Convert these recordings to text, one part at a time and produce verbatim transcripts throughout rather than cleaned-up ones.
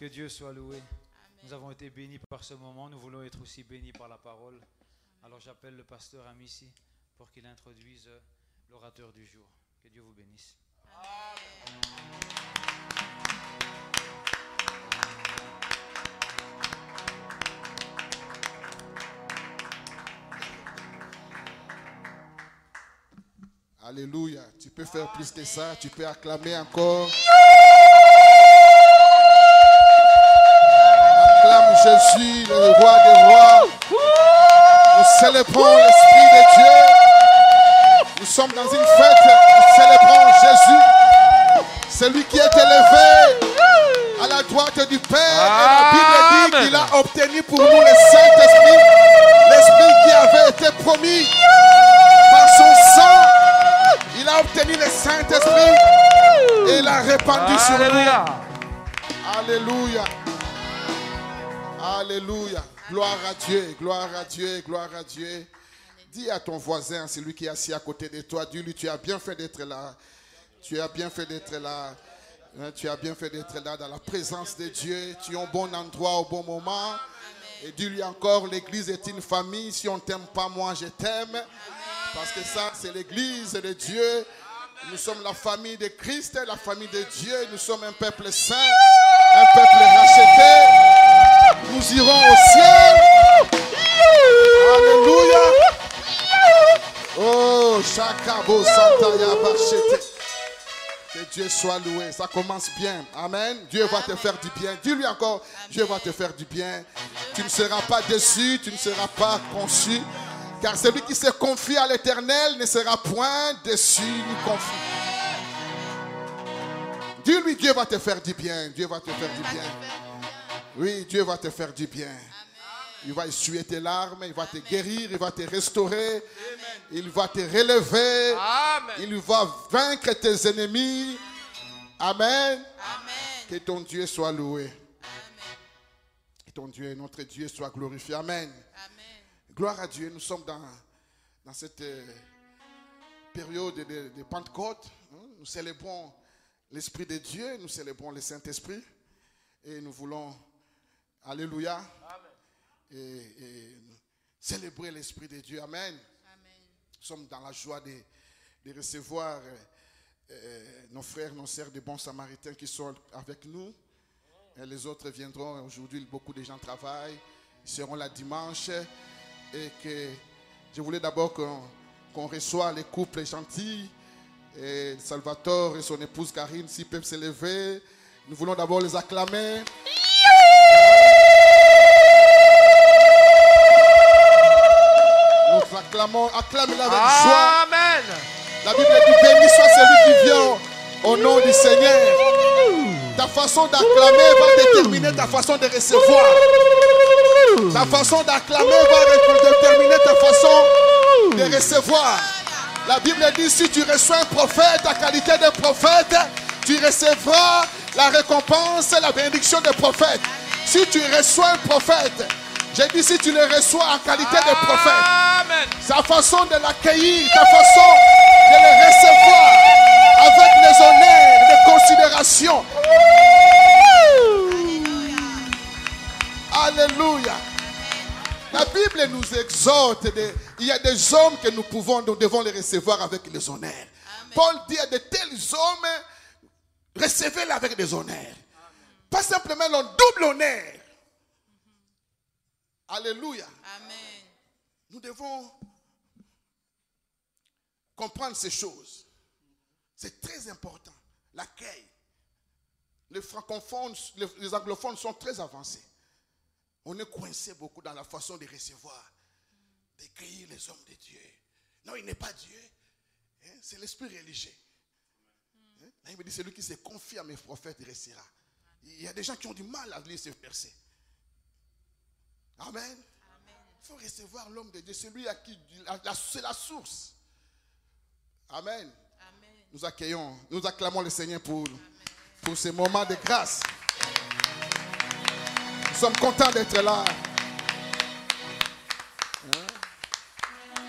Que Dieu soit loué. Amen. Nous avons été bénis par ce moment. Nous voulons être aussi bénis par la parole. Alors j'appelle le pasteur Amici pour qu'il introduise l'orateur du jour. Que Dieu vous bénisse. Alléluia. Tu peux faire plus que ça. Tu peux acclamer encore. Acclame Jésus, le roi des rois. Nous célébrons l'Esprit de Dieu. Nous sommes dans une fête. Nous célébrons Jésus. Celui qui est élevé à la droite du Père. Et la Bible dit qu'il a obtenu pour nous le Saint-Esprit. L'Esprit qui avait été promis par son sang. Il a obtenu le Saint-Esprit et il l'a répandu sur nous. Alléluia. Alléluia. Gloire à Dieu, gloire à Dieu, gloire à Dieu. Dis à ton voisin, celui qui est assis à côté de toi, dis-lui, tu as bien fait d'être là. Tu as bien fait d'être là. Tu as bien fait d'être là dans la présence de Dieu. Tu es au bon endroit, au bon moment. Et dis-lui encore, l'église est une famille. Si on ne t'aime pas, moi je t'aime. Parce que ça, c'est l'église de Dieu. Nous sommes la famille de Christ, la famille de Dieu. Nous sommes un peuple saint, un peuple racheté. Nous irons au ciel. Alléluia. Oh, Shakabo Santaya Bachete. Que Dieu soit loué. Ça commence bien. Amen. Dieu va te faire du bien. Dis-lui encore, Dieu va te faire du bien. Tu ne seras pas déçu, tu ne seras pas conçu. Car celui qui se confie à l'Éternel ne sera point déçu ni confus. Dis-lui, Dieu va te faire du bien. Dieu va te faire du bien. Oui, Dieu va te faire du bien. Il va essuyer tes larmes, il va te guérir, il va te restaurer, il va te relever, il va vaincre tes ennemis. Amen. Que ton Dieu soit loué. Que ton Dieu, notre Dieu, soit glorifié. Amen. Gloire à Dieu, nous sommes dans, dans cette euh, période de, de Pentecôte. Hein, nous célébrons l'Esprit de Dieu, nous célébrons le Saint-Esprit. Et nous voulons, alléluia, et, et célébrer l'Esprit de Dieu. Amen. Amen. Nous sommes dans la joie de, de recevoir euh, euh, nos frères, nos sœurs, des bons samaritains qui sont avec nous. Et les autres viendront. Aujourd'hui, beaucoup de gens travaillent. Ils seront là dimanche. Et que je voulais d'abord qu'on qu'on reçoive les couples gentils, et Salvatore et son épouse Karine, s'ils peuvent se lever. Nous voulons d'abord les acclamer. Nous acclamons, acclamez-la avec joie. Amen. La Bible dit, béni soit celui qui vient au nom du Seigneur. Ta façon d'acclamer va déterminer ta façon de recevoir. Ta façon d'acclamer va déterminer ta façon de recevoir. La Bible dit, si tu reçois un prophète en qualité de prophète, tu recevras la récompense, la bénédiction des prophètes. Si tu reçois un prophète, j'ai dit si tu le reçois en qualité de prophète, Amen. Sa façon de l'accueillir, ta façon de le recevoir avec les honneurs, les considérations. Alléluia. La Bible nous exhorte. De, il y a des hommes que nous pouvons, nous devons les recevoir avec les honneurs. Amen. Paul dit à de tels hommes, recevez-les avec des honneurs. Amen. Pas simplement leur double honneur. Mm-hmm. Alléluia. Amen. Nous devons comprendre ces choses. C'est très important. L'accueil. Les francophones, les, les anglophones sont très avancés. On est coincé beaucoup dans la façon de recevoir, d'accueillir les hommes de Dieu. Non, il n'est pas Dieu. Hein? C'est l'esprit religieux. Hein? Il me dit, celui qui se confie à mes prophètes restera. Il y a des gens qui ont du mal à lire ce verset. Amen. Il faut recevoir l'homme de Dieu, celui à qui c'est la source. Amen. Amen. Nous accueillons, nous acclamons le Seigneur pour, pour ce moment de grâce. Nous sommes contents d'être là. Hein?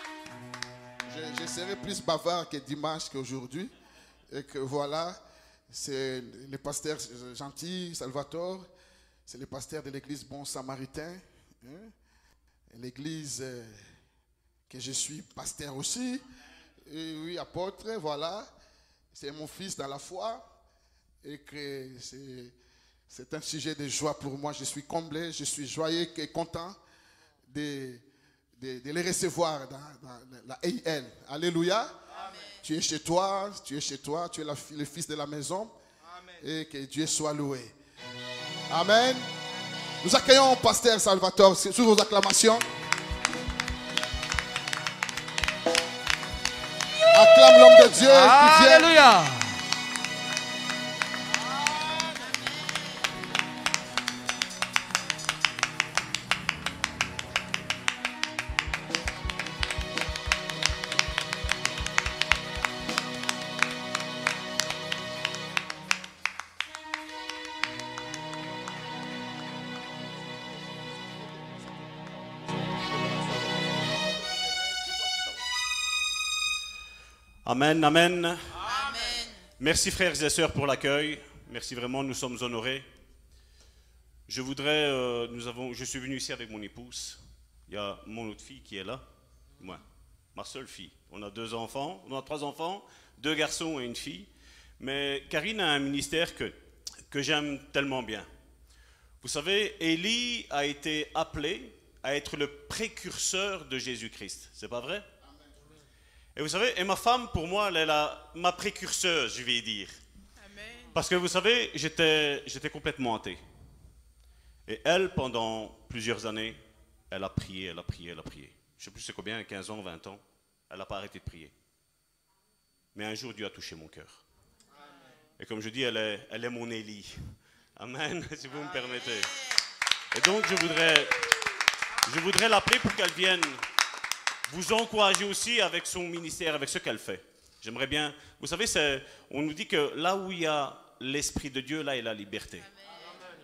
Je, je serai plus bavard que dimanche qu'aujourd'hui. Et que voilà, c'est le pasteur gentil, Salvatore. C'est le pasteur de l'église Bon Samaritain. Hein? L'église euh, que je suis pasteur aussi. Et oui, apôtre, voilà. C'est mon fils dans la foi. Et que c'est, c'est un sujet de joie pour moi. Je suis comblé, je suis joyeux et content de, de, de les recevoir dans, dans la A L. Alléluia. Amen. Tu es chez toi, tu es chez toi, tu es la, le fils de la maison. Amen. Et que Dieu soit loué. Amen. Nous accueillons pasteur Salvatore sous vos acclamations. Acclame l'homme de Dieu qui vient. Alléluia. Amen, amen, Amen. Merci frères et sœurs pour l'accueil. Merci vraiment, nous sommes honorés. Je voudrais, euh, nous avons, je suis venu ici avec mon épouse. Il y a mon autre fille qui est là. Moi, ma seule fille. On a deux enfants, on a trois enfants, deux garçons et une fille. Mais Karine a un ministère que, que j'aime tellement bien. Vous savez, Élie a été appelé à être le précurseur de Jésus-Christ. C'est pas vrai? Et vous savez, et ma femme, pour moi, elle est la, ma précurseuse, je vais dire. Amen. Parce que vous savez, j'étais, j'étais complètement athée. Et elle, pendant plusieurs années, elle a prié, elle a prié, elle a prié. Je ne sais plus c'est combien, quinze ans, vingt ans. Elle n'a pas arrêté de prier. Mais un jour, Dieu a touché mon cœur. Et comme je dis, elle est, elle est mon Élie. Amen, si vous me permettez. Et donc, je voudrais, je voudrais l'appeler pour qu'elle vienne vous encourager aussi avec son ministère, avec ce qu'elle fait. J'aimerais bien... Vous savez, c'est, on nous dit que là où il y a l'Esprit de Dieu, là il y a la liberté. Amen.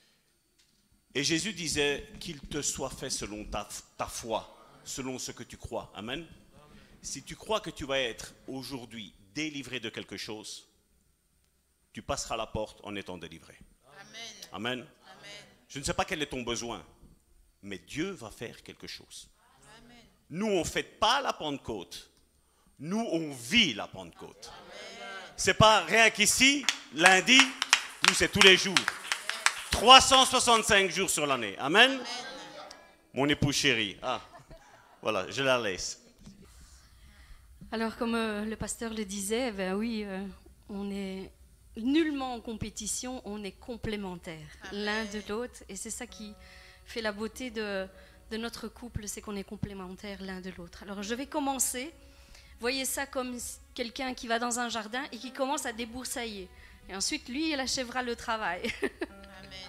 Et Jésus disait qu'il te soit fait selon ta, ta foi, selon ce que tu crois. Amen. Amen. Si tu crois que tu vas être aujourd'hui délivré de quelque chose, tu passeras la porte en étant délivré. Amen. Amen. Amen. Je ne sais pas quel est ton besoin, mais Dieu va faire quelque chose. Nous, on ne fête pas la Pentecôte. Nous, on vit la Pentecôte. Ce n'est pas rien qu'ici, lundi, nous, c'est tous les jours. trois cent soixante-cinq jours sur l'année. Amen. Amen. Mon épouse chérie. Ah, voilà, je la laisse. Alors, comme euh, le pasteur le disait, ben oui, euh, on est nullement en compétition, on est complémentaires l'un de l'autre. Et c'est ça qui fait la beauté de... de notre couple, c'est qu'on est complémentaires l'un de l'autre. Alors je vais commencer, voyez ça comme quelqu'un qui va dans un jardin et qui commence à déboursailler. Et ensuite, lui, il achèvera le travail. Amen.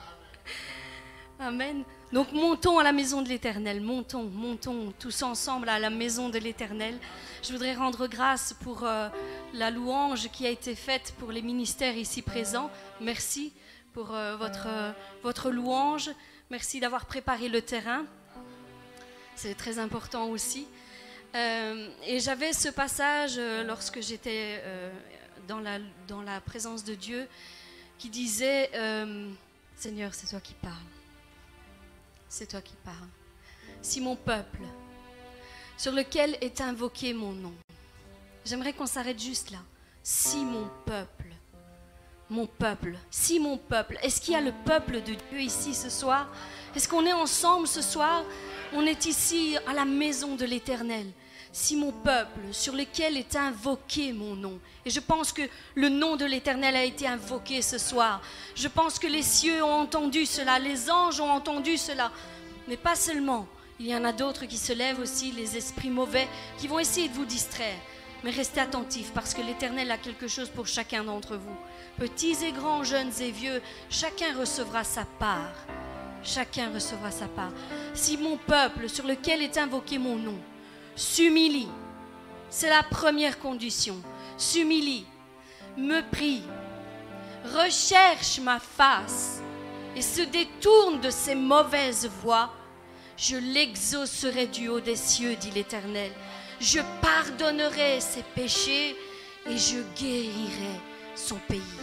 Amen. Donc montons à la maison de l'Éternel, montons, montons tous ensemble à la maison de l'Éternel. Je voudrais rendre grâce pour euh, la louange qui a été faite pour les ministères ici présents. Merci pour euh, votre, euh, votre louange. Merci d'avoir préparé le terrain. C'est très important aussi. Euh, et j'avais ce passage euh, lorsque j'étais euh, dans, la, dans la présence de Dieu qui disait euh, « Seigneur, c'est toi qui parles. C'est toi qui parles. Si mon peuple, sur lequel est invoqué mon nom. » J'aimerais qu'on s'arrête juste là. Si mon peuple, mon peuple, si mon peuple. Est-ce qu'il y a le peuple de Dieu ici ce soir? Est-ce qu'on est ensemble ce soir? On est ici à la maison de l'Éternel. Si mon peuple, sur lequel est invoqué mon nom. Et je pense que le nom de l'Éternel a été invoqué ce soir. Je pense que les cieux ont entendu cela, les anges ont entendu cela. Mais pas seulement. Il y en a d'autres qui se lèvent aussi, les esprits mauvais, qui vont essayer de vous distraire. Mais restez attentifs parce que l'Éternel a quelque chose pour chacun d'entre vous. Petits et grands, jeunes et vieux, chacun recevra sa part. Chacun recevra sa part. Si mon peuple, sur lequel est invoqué mon nom, s'humilie, c'est la première condition, s'humilie, me prie, recherche ma face et se détourne de ses mauvaises voies, je l'exaucerai du haut des cieux, dit l'Éternel. Je pardonnerai ses péchés et je guérirai son pays.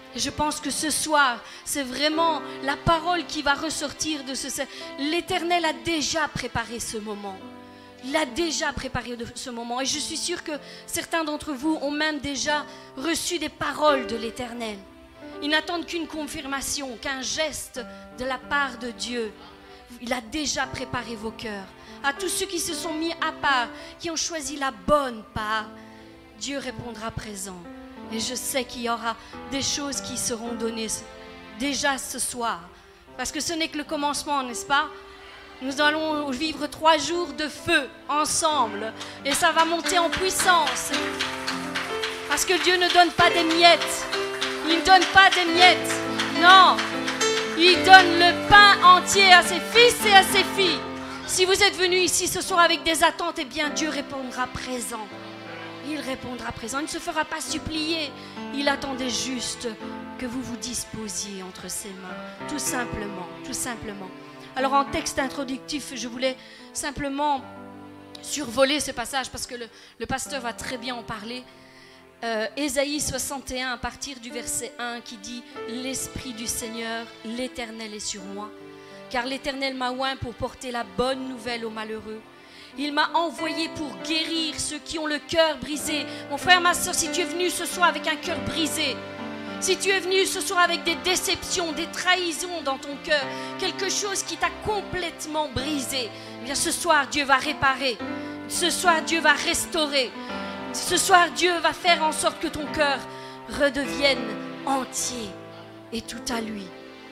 Et je pense que ce soir, c'est vraiment la parole qui va ressortir de ce... L'Éternel a déjà préparé ce moment. Il a déjà préparé ce moment. Et je suis sûre que certains d'entre vous ont même déjà reçu des paroles de l'Éternel. Ils n'attendent qu'une confirmation, qu'un geste de la part de Dieu. Il a déjà préparé vos cœurs. À tous ceux qui se sont mis à part, qui ont choisi la bonne part, Dieu répondra présent. Et je sais qu'il y aura des choses qui seront données déjà ce soir. Parce que ce n'est que le commencement, n'est-ce pas? Nous allons vivre trois jours de feu ensemble. Et ça va monter en puissance. Parce que Dieu ne donne pas des miettes. Il ne donne pas des miettes. Non. Il donne le pain entier à ses fils et à ses filles. Si vous êtes venus ici ce soir avec des attentes, eh bien Dieu répondra présent. Il répondra présent. Il ne se fera pas supplier. Il attendait juste que vous vous disposiez entre ses mains. Tout simplement. Tout simplement. Alors en texte introductif, je voulais simplement survoler ce passage parce que le, le pasteur va très bien en parler. Euh, Ésaïe soixante et un à partir du verset un qui dit « L'Esprit du Seigneur, l'Éternel est sur moi, car l'Éternel m'a oint pour porter la bonne nouvelle aux malheureux. Il m'a envoyé pour guérir ceux qui ont le cœur brisé. » Mon frère, ma soeur, si tu es venu ce soir avec un cœur brisé, si tu es venu ce soir avec des déceptions, des trahisons dans ton cœur, quelque chose qui t'a complètement brisé, eh bien ce soir Dieu va réparer, ce soir Dieu va restaurer, ce soir Dieu va faire en sorte que ton cœur redevienne entier et tout à lui.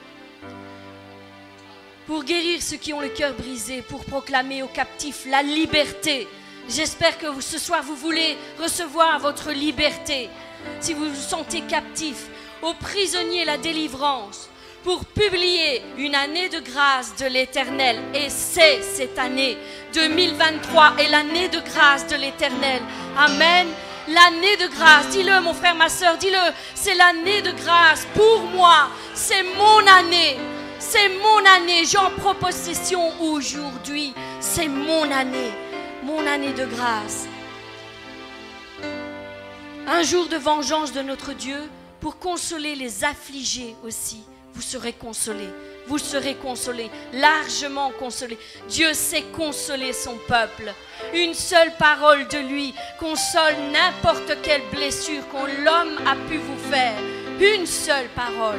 Pour guérir ceux qui ont le cœur brisé, pour proclamer aux captifs la liberté. J'espère que vous, ce soir vous voulez recevoir votre liberté. Si vous vous sentez captif, aux prisonniers la délivrance, pour publier une année de grâce de l'Éternel. Et c'est cette année deux mille vingt-trois est l'année de grâce de l'Éternel. Amen. L'année de grâce, dis-le mon frère, ma soeur, dis-le, c'est l'année de grâce pour moi, c'est mon année, c'est mon année, j'en prends possession aujourd'hui, c'est mon année, mon année de grâce. Un jour de vengeance de notre Dieu pour consoler les affligés aussi. Vous serez consolés, vous serez consolés, largement consolés. Dieu sait consoler son peuple. Une seule parole de lui console n'importe quelle blessure que l'homme a pu vous faire. Une seule parole.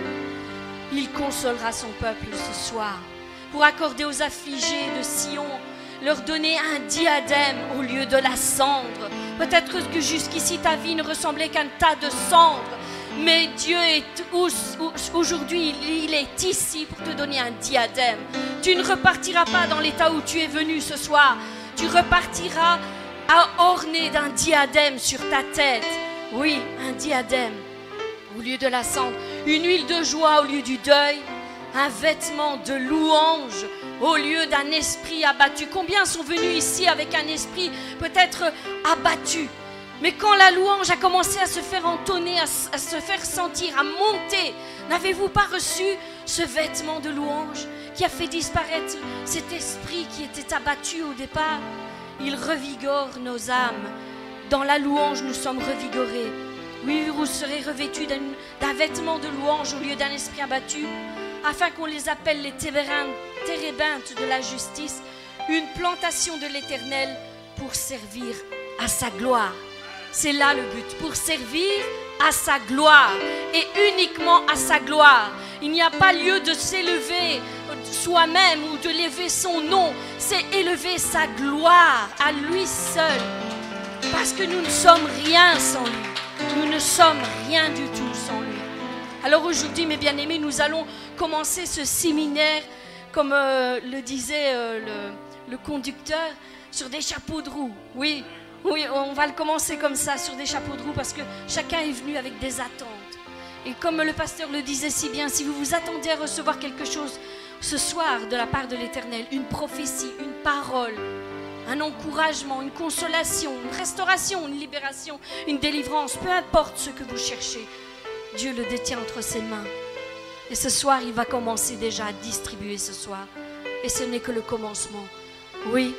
Il consolera son peuple ce soir. Pour accorder aux affligés de Sion, leur donner un diadème au lieu de la cendre. Peut-être que jusqu'ici ta vie ne ressemblait qu'à un tas de cendres. Mais Dieu est aujourd'hui, il est ici pour te donner un diadème. Tu ne repartiras pas dans l'état où tu es venu ce soir. Tu repartiras à orner d'un diadème sur ta tête. Oui, un diadème au lieu de la cendre. Une huile de joie au lieu du deuil. Un vêtement de louange au lieu d'un esprit abattu. Combien sont venus ici avec un esprit peut-être abattu? Mais quand la louange a commencé à se faire entonner, à, à se faire sentir, à monter, n'avez-vous pas reçu ce vêtement de louange qui a fait disparaître cet esprit qui était abattu au départ? Il revigore nos âmes. Dans la louange, nous sommes revigorés. Oui, vous serez revêtus d'un, d'un vêtement de louange au lieu d'un esprit abattu, afin qu'on les appelle les térébintes de la justice, une plantation de l'Éternel pour servir à sa gloire. C'est là le but, pour servir à sa gloire et uniquement à sa gloire. Il n'y a pas lieu de s'élever soi-même ou de lever son nom, c'est élever sa gloire à lui seul. Parce que nous ne sommes rien sans lui, nous ne sommes rien du tout sans lui. Alors aujourd'hui, mes bien-aimés, nous allons commencer ce séminaire, comme euh, le disait euh, le, le conducteur, sur des chapeaux de roue, oui. Oui, on va le commencer comme ça, sur des chapeaux de roue, parce que chacun est venu avec des attentes. Et comme le pasteur le disait si bien, si vous vous attendez à recevoir quelque chose ce soir de la part de l'Éternel, une prophétie, une parole, un encouragement, une consolation, une restauration, une libération, une délivrance, peu importe ce que vous cherchez, Dieu le détient entre ses mains. Et ce soir, il va commencer déjà à distribuer ce soir. Et ce n'est que le commencement. Oui.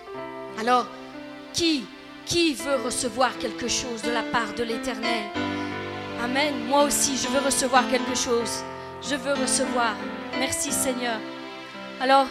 Alors, qui Qui veut recevoir quelque chose de la part de l'Éternel? Amen. Moi aussi, je veux recevoir quelque chose. Je veux recevoir. Merci Seigneur. Alors,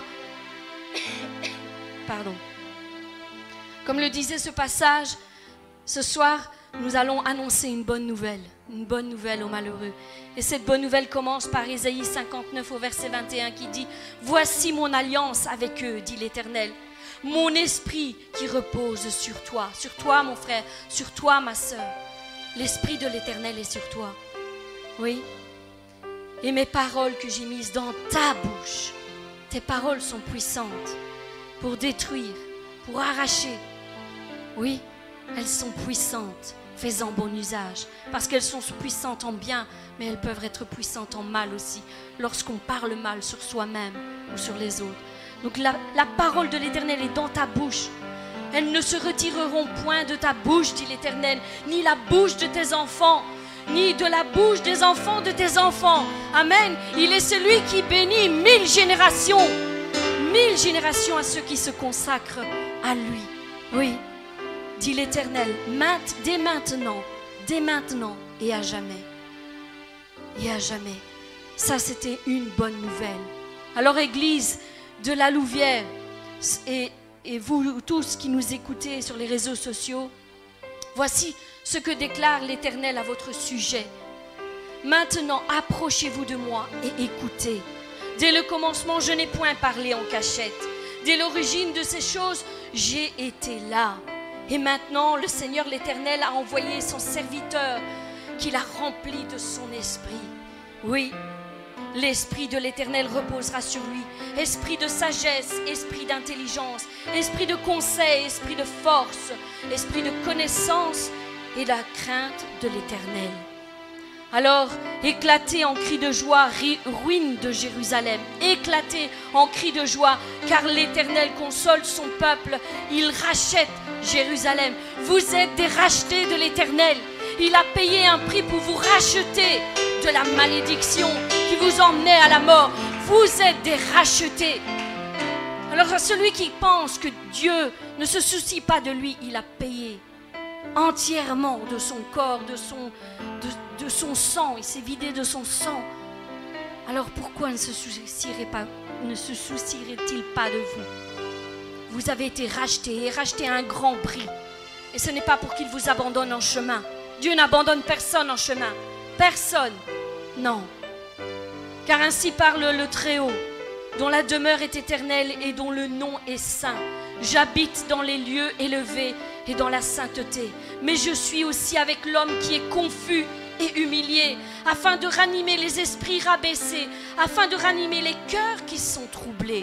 pardon. Comme le disait ce passage, ce soir, nous allons annoncer une bonne nouvelle. Une bonne nouvelle aux malheureux. Et cette bonne nouvelle commence par Ésaïe cinquante-neuf au verset vingt et un qui dit « Voici mon alliance avec eux, dit l'Éternel. Mon esprit qui repose sur toi. » Sur toi, mon frère. Sur toi, ma sœur. L'esprit de l'Éternel est sur toi. Oui. Et mes paroles que j'ai mises dans ta bouche. Tes paroles sont puissantes pour détruire, pour arracher. Oui, elles sont puissantes. Fais-en bon usage. Parce qu'elles sont puissantes en bien, mais elles peuvent être puissantes en mal aussi. Lorsqu'on parle mal sur soi-même ou sur les autres. Donc la, la parole de l'Éternel est dans ta bouche. Elles ne se retireront point de ta bouche, dit l'Éternel, ni la bouche de tes enfants, ni de la bouche des enfants de tes enfants. Amen. Il est celui qui bénit mille générations. Mille générations à ceux qui se consacrent à lui. Oui, dit l'Éternel, dès maintenant, dès maintenant et à jamais. Et à jamais. Ça, c'était une bonne nouvelle. Alors, Église de la Louvière, et, et vous tous qui nous écoutez sur les réseaux sociaux, voici ce que déclare l'Éternel à votre sujet. Maintenant, approchez-vous de moi et écoutez. Dès le commencement, je n'ai point parlé en cachette. Dès l'origine de ces choses, j'ai été là. Et maintenant, le Seigneur l'Éternel a envoyé son serviteur qu'il a rempli de son esprit. Oui, l'esprit de l'Éternel reposera sur lui. Esprit de sagesse, esprit d'intelligence, esprit de conseil, esprit de force, esprit de connaissance et la crainte de l'Éternel. Alors, éclatez en cris de joie, ruine de Jérusalem. Éclatez en cris de joie, car l'Éternel console son peuple. Il rachète Jérusalem. Vous êtes des rachetés de l'Éternel. Il a payé un prix pour vous racheter de la malédiction qui vous emmenait à la mort. Vous êtes des rachetés. Alors, à celui qui pense que Dieu ne se soucie pas de lui, il a payé entièrement de son corps, de son, de, de son sang. Il s'est vidé de son sang. Alors pourquoi ne se soucierait pas, ne se soucierait-il pas de vous? Vous avez été rachetés et rachetés à un grand prix. Et ce n'est pas pour qu'il vous abandonne en chemin. Dieu n'abandonne personne en chemin. Personne. Non. Car ainsi parle le Très-Haut, dont la demeure est éternelle et dont le nom est saint. J'habite dans les lieux élevés et dans la sainteté. Mais je suis aussi avec l'homme qui est confus et humilié, afin de ranimer les esprits rabaissés, afin de ranimer les cœurs qui sont troublés.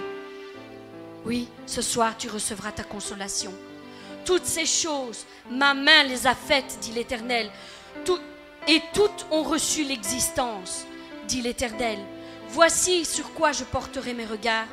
Oui, ce soir tu recevras ta consolation. Toutes ces choses, ma main les a faites, dit l'Éternel, Tout, et toutes ont reçu l'existence, dit l'Éternel. Voici sur quoi je porterai mes regards.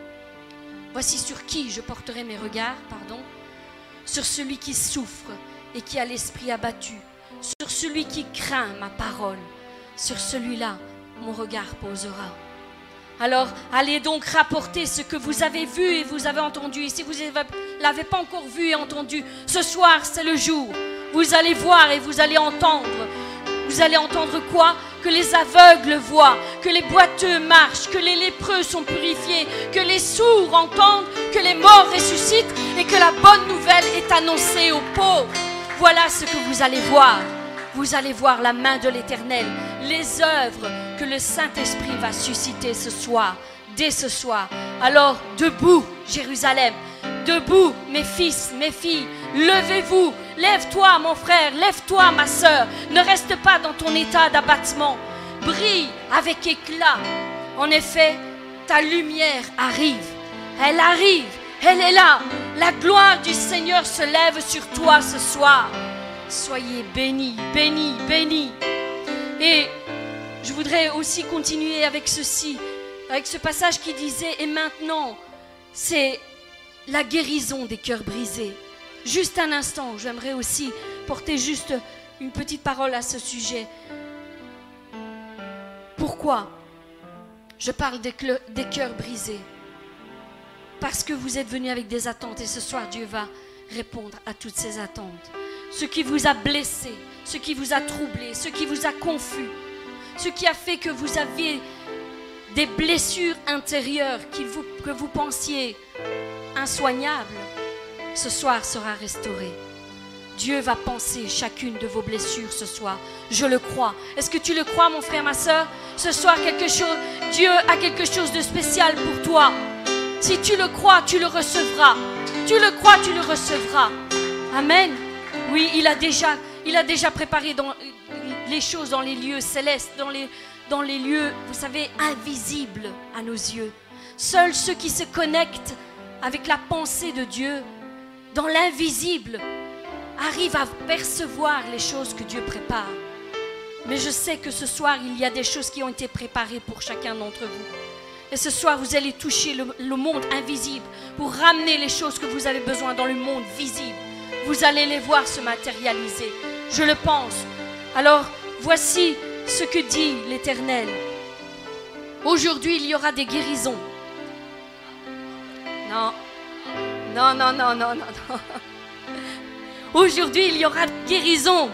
Voici sur qui je porterai mes regards, pardon. Sur celui qui souffre et qui a l'esprit abattu. Sur celui qui craint ma parole. Sur celui-là, mon regard posera. Alors, allez donc rapporter ce que vous avez vu et vous avez entendu. Et si vous ne l'avez pas encore vu et entendu, ce soir, c'est le jour. Vous allez voir et vous allez entendre. Vous allez entendre quoi? Que les aveugles voient, que les boiteux marchent, que les lépreux sont purifiés, que les sourds entendent, que les morts ressuscitent et que la bonne nouvelle est annoncée aux pauvres. Voilà ce que vous allez voir. Vous allez voir la main de l'Éternel, les œuvres que le Saint-Esprit va susciter ce soir, dès ce soir. Alors, debout, Jérusalem, debout, mes fils, mes filles, levez-vous, lève-toi, mon frère, lève-toi, ma sœur, ne reste pas dans ton état d'abattement, brille avec éclat. En effet, ta lumière arrive, elle arrive, elle est là. La gloire du Seigneur se lève sur toi ce soir. Soyez bénis, bénis, bénis. Et je voudrais aussi continuer avec ceci, avec ce passage qui disait, et maintenant, c'est la guérison des cœurs brisés. Juste un instant, j'aimerais aussi porter juste une petite parole à ce sujet. Pourquoi je parle des, des cœurs brisés? Parce que vous êtes venus avec des attentes et ce soir, Dieu va répondre à toutes ces attentes. ce qui vous a blessé, ce qui vous a troublé, ce qui vous a confus, ce qui a fait que vous aviez des blessures intérieures qui vous, que vous pensiez insoignables, ce soir sera restauré. Dieu va penser chacune de vos blessures ce soir. Je le crois. Est-ce que tu le crois, mon frère, ma soeur? Ce soir, quelque chose, Dieu a quelque chose de spécial pour toi. Si tu le crois, tu le recevras. Tu le crois, tu le recevras. Amen. Oui, il a déjà, il a déjà préparé dans, les choses dans les lieux célestes, dans les, dans les lieux, vous savez, invisibles à nos yeux. Seuls ceux qui se connectent avec la pensée de Dieu, dans l'invisible, arrivent à percevoir les choses que Dieu prépare. Mais je sais que ce soir, il y a des choses qui ont été préparées pour chacun d'entre vous. Et ce soir, vous allez toucher le, le monde invisible pour ramener les choses que vous avez besoin dans le monde visible. Vous allez les voir se matérialiser. Je le pense. Alors, voici ce que dit l'Éternel. Aujourd'hui, il y aura des guérisons. Non. Non, non, non, non, non, non. Aujourd'hui, il y aura des guérisons.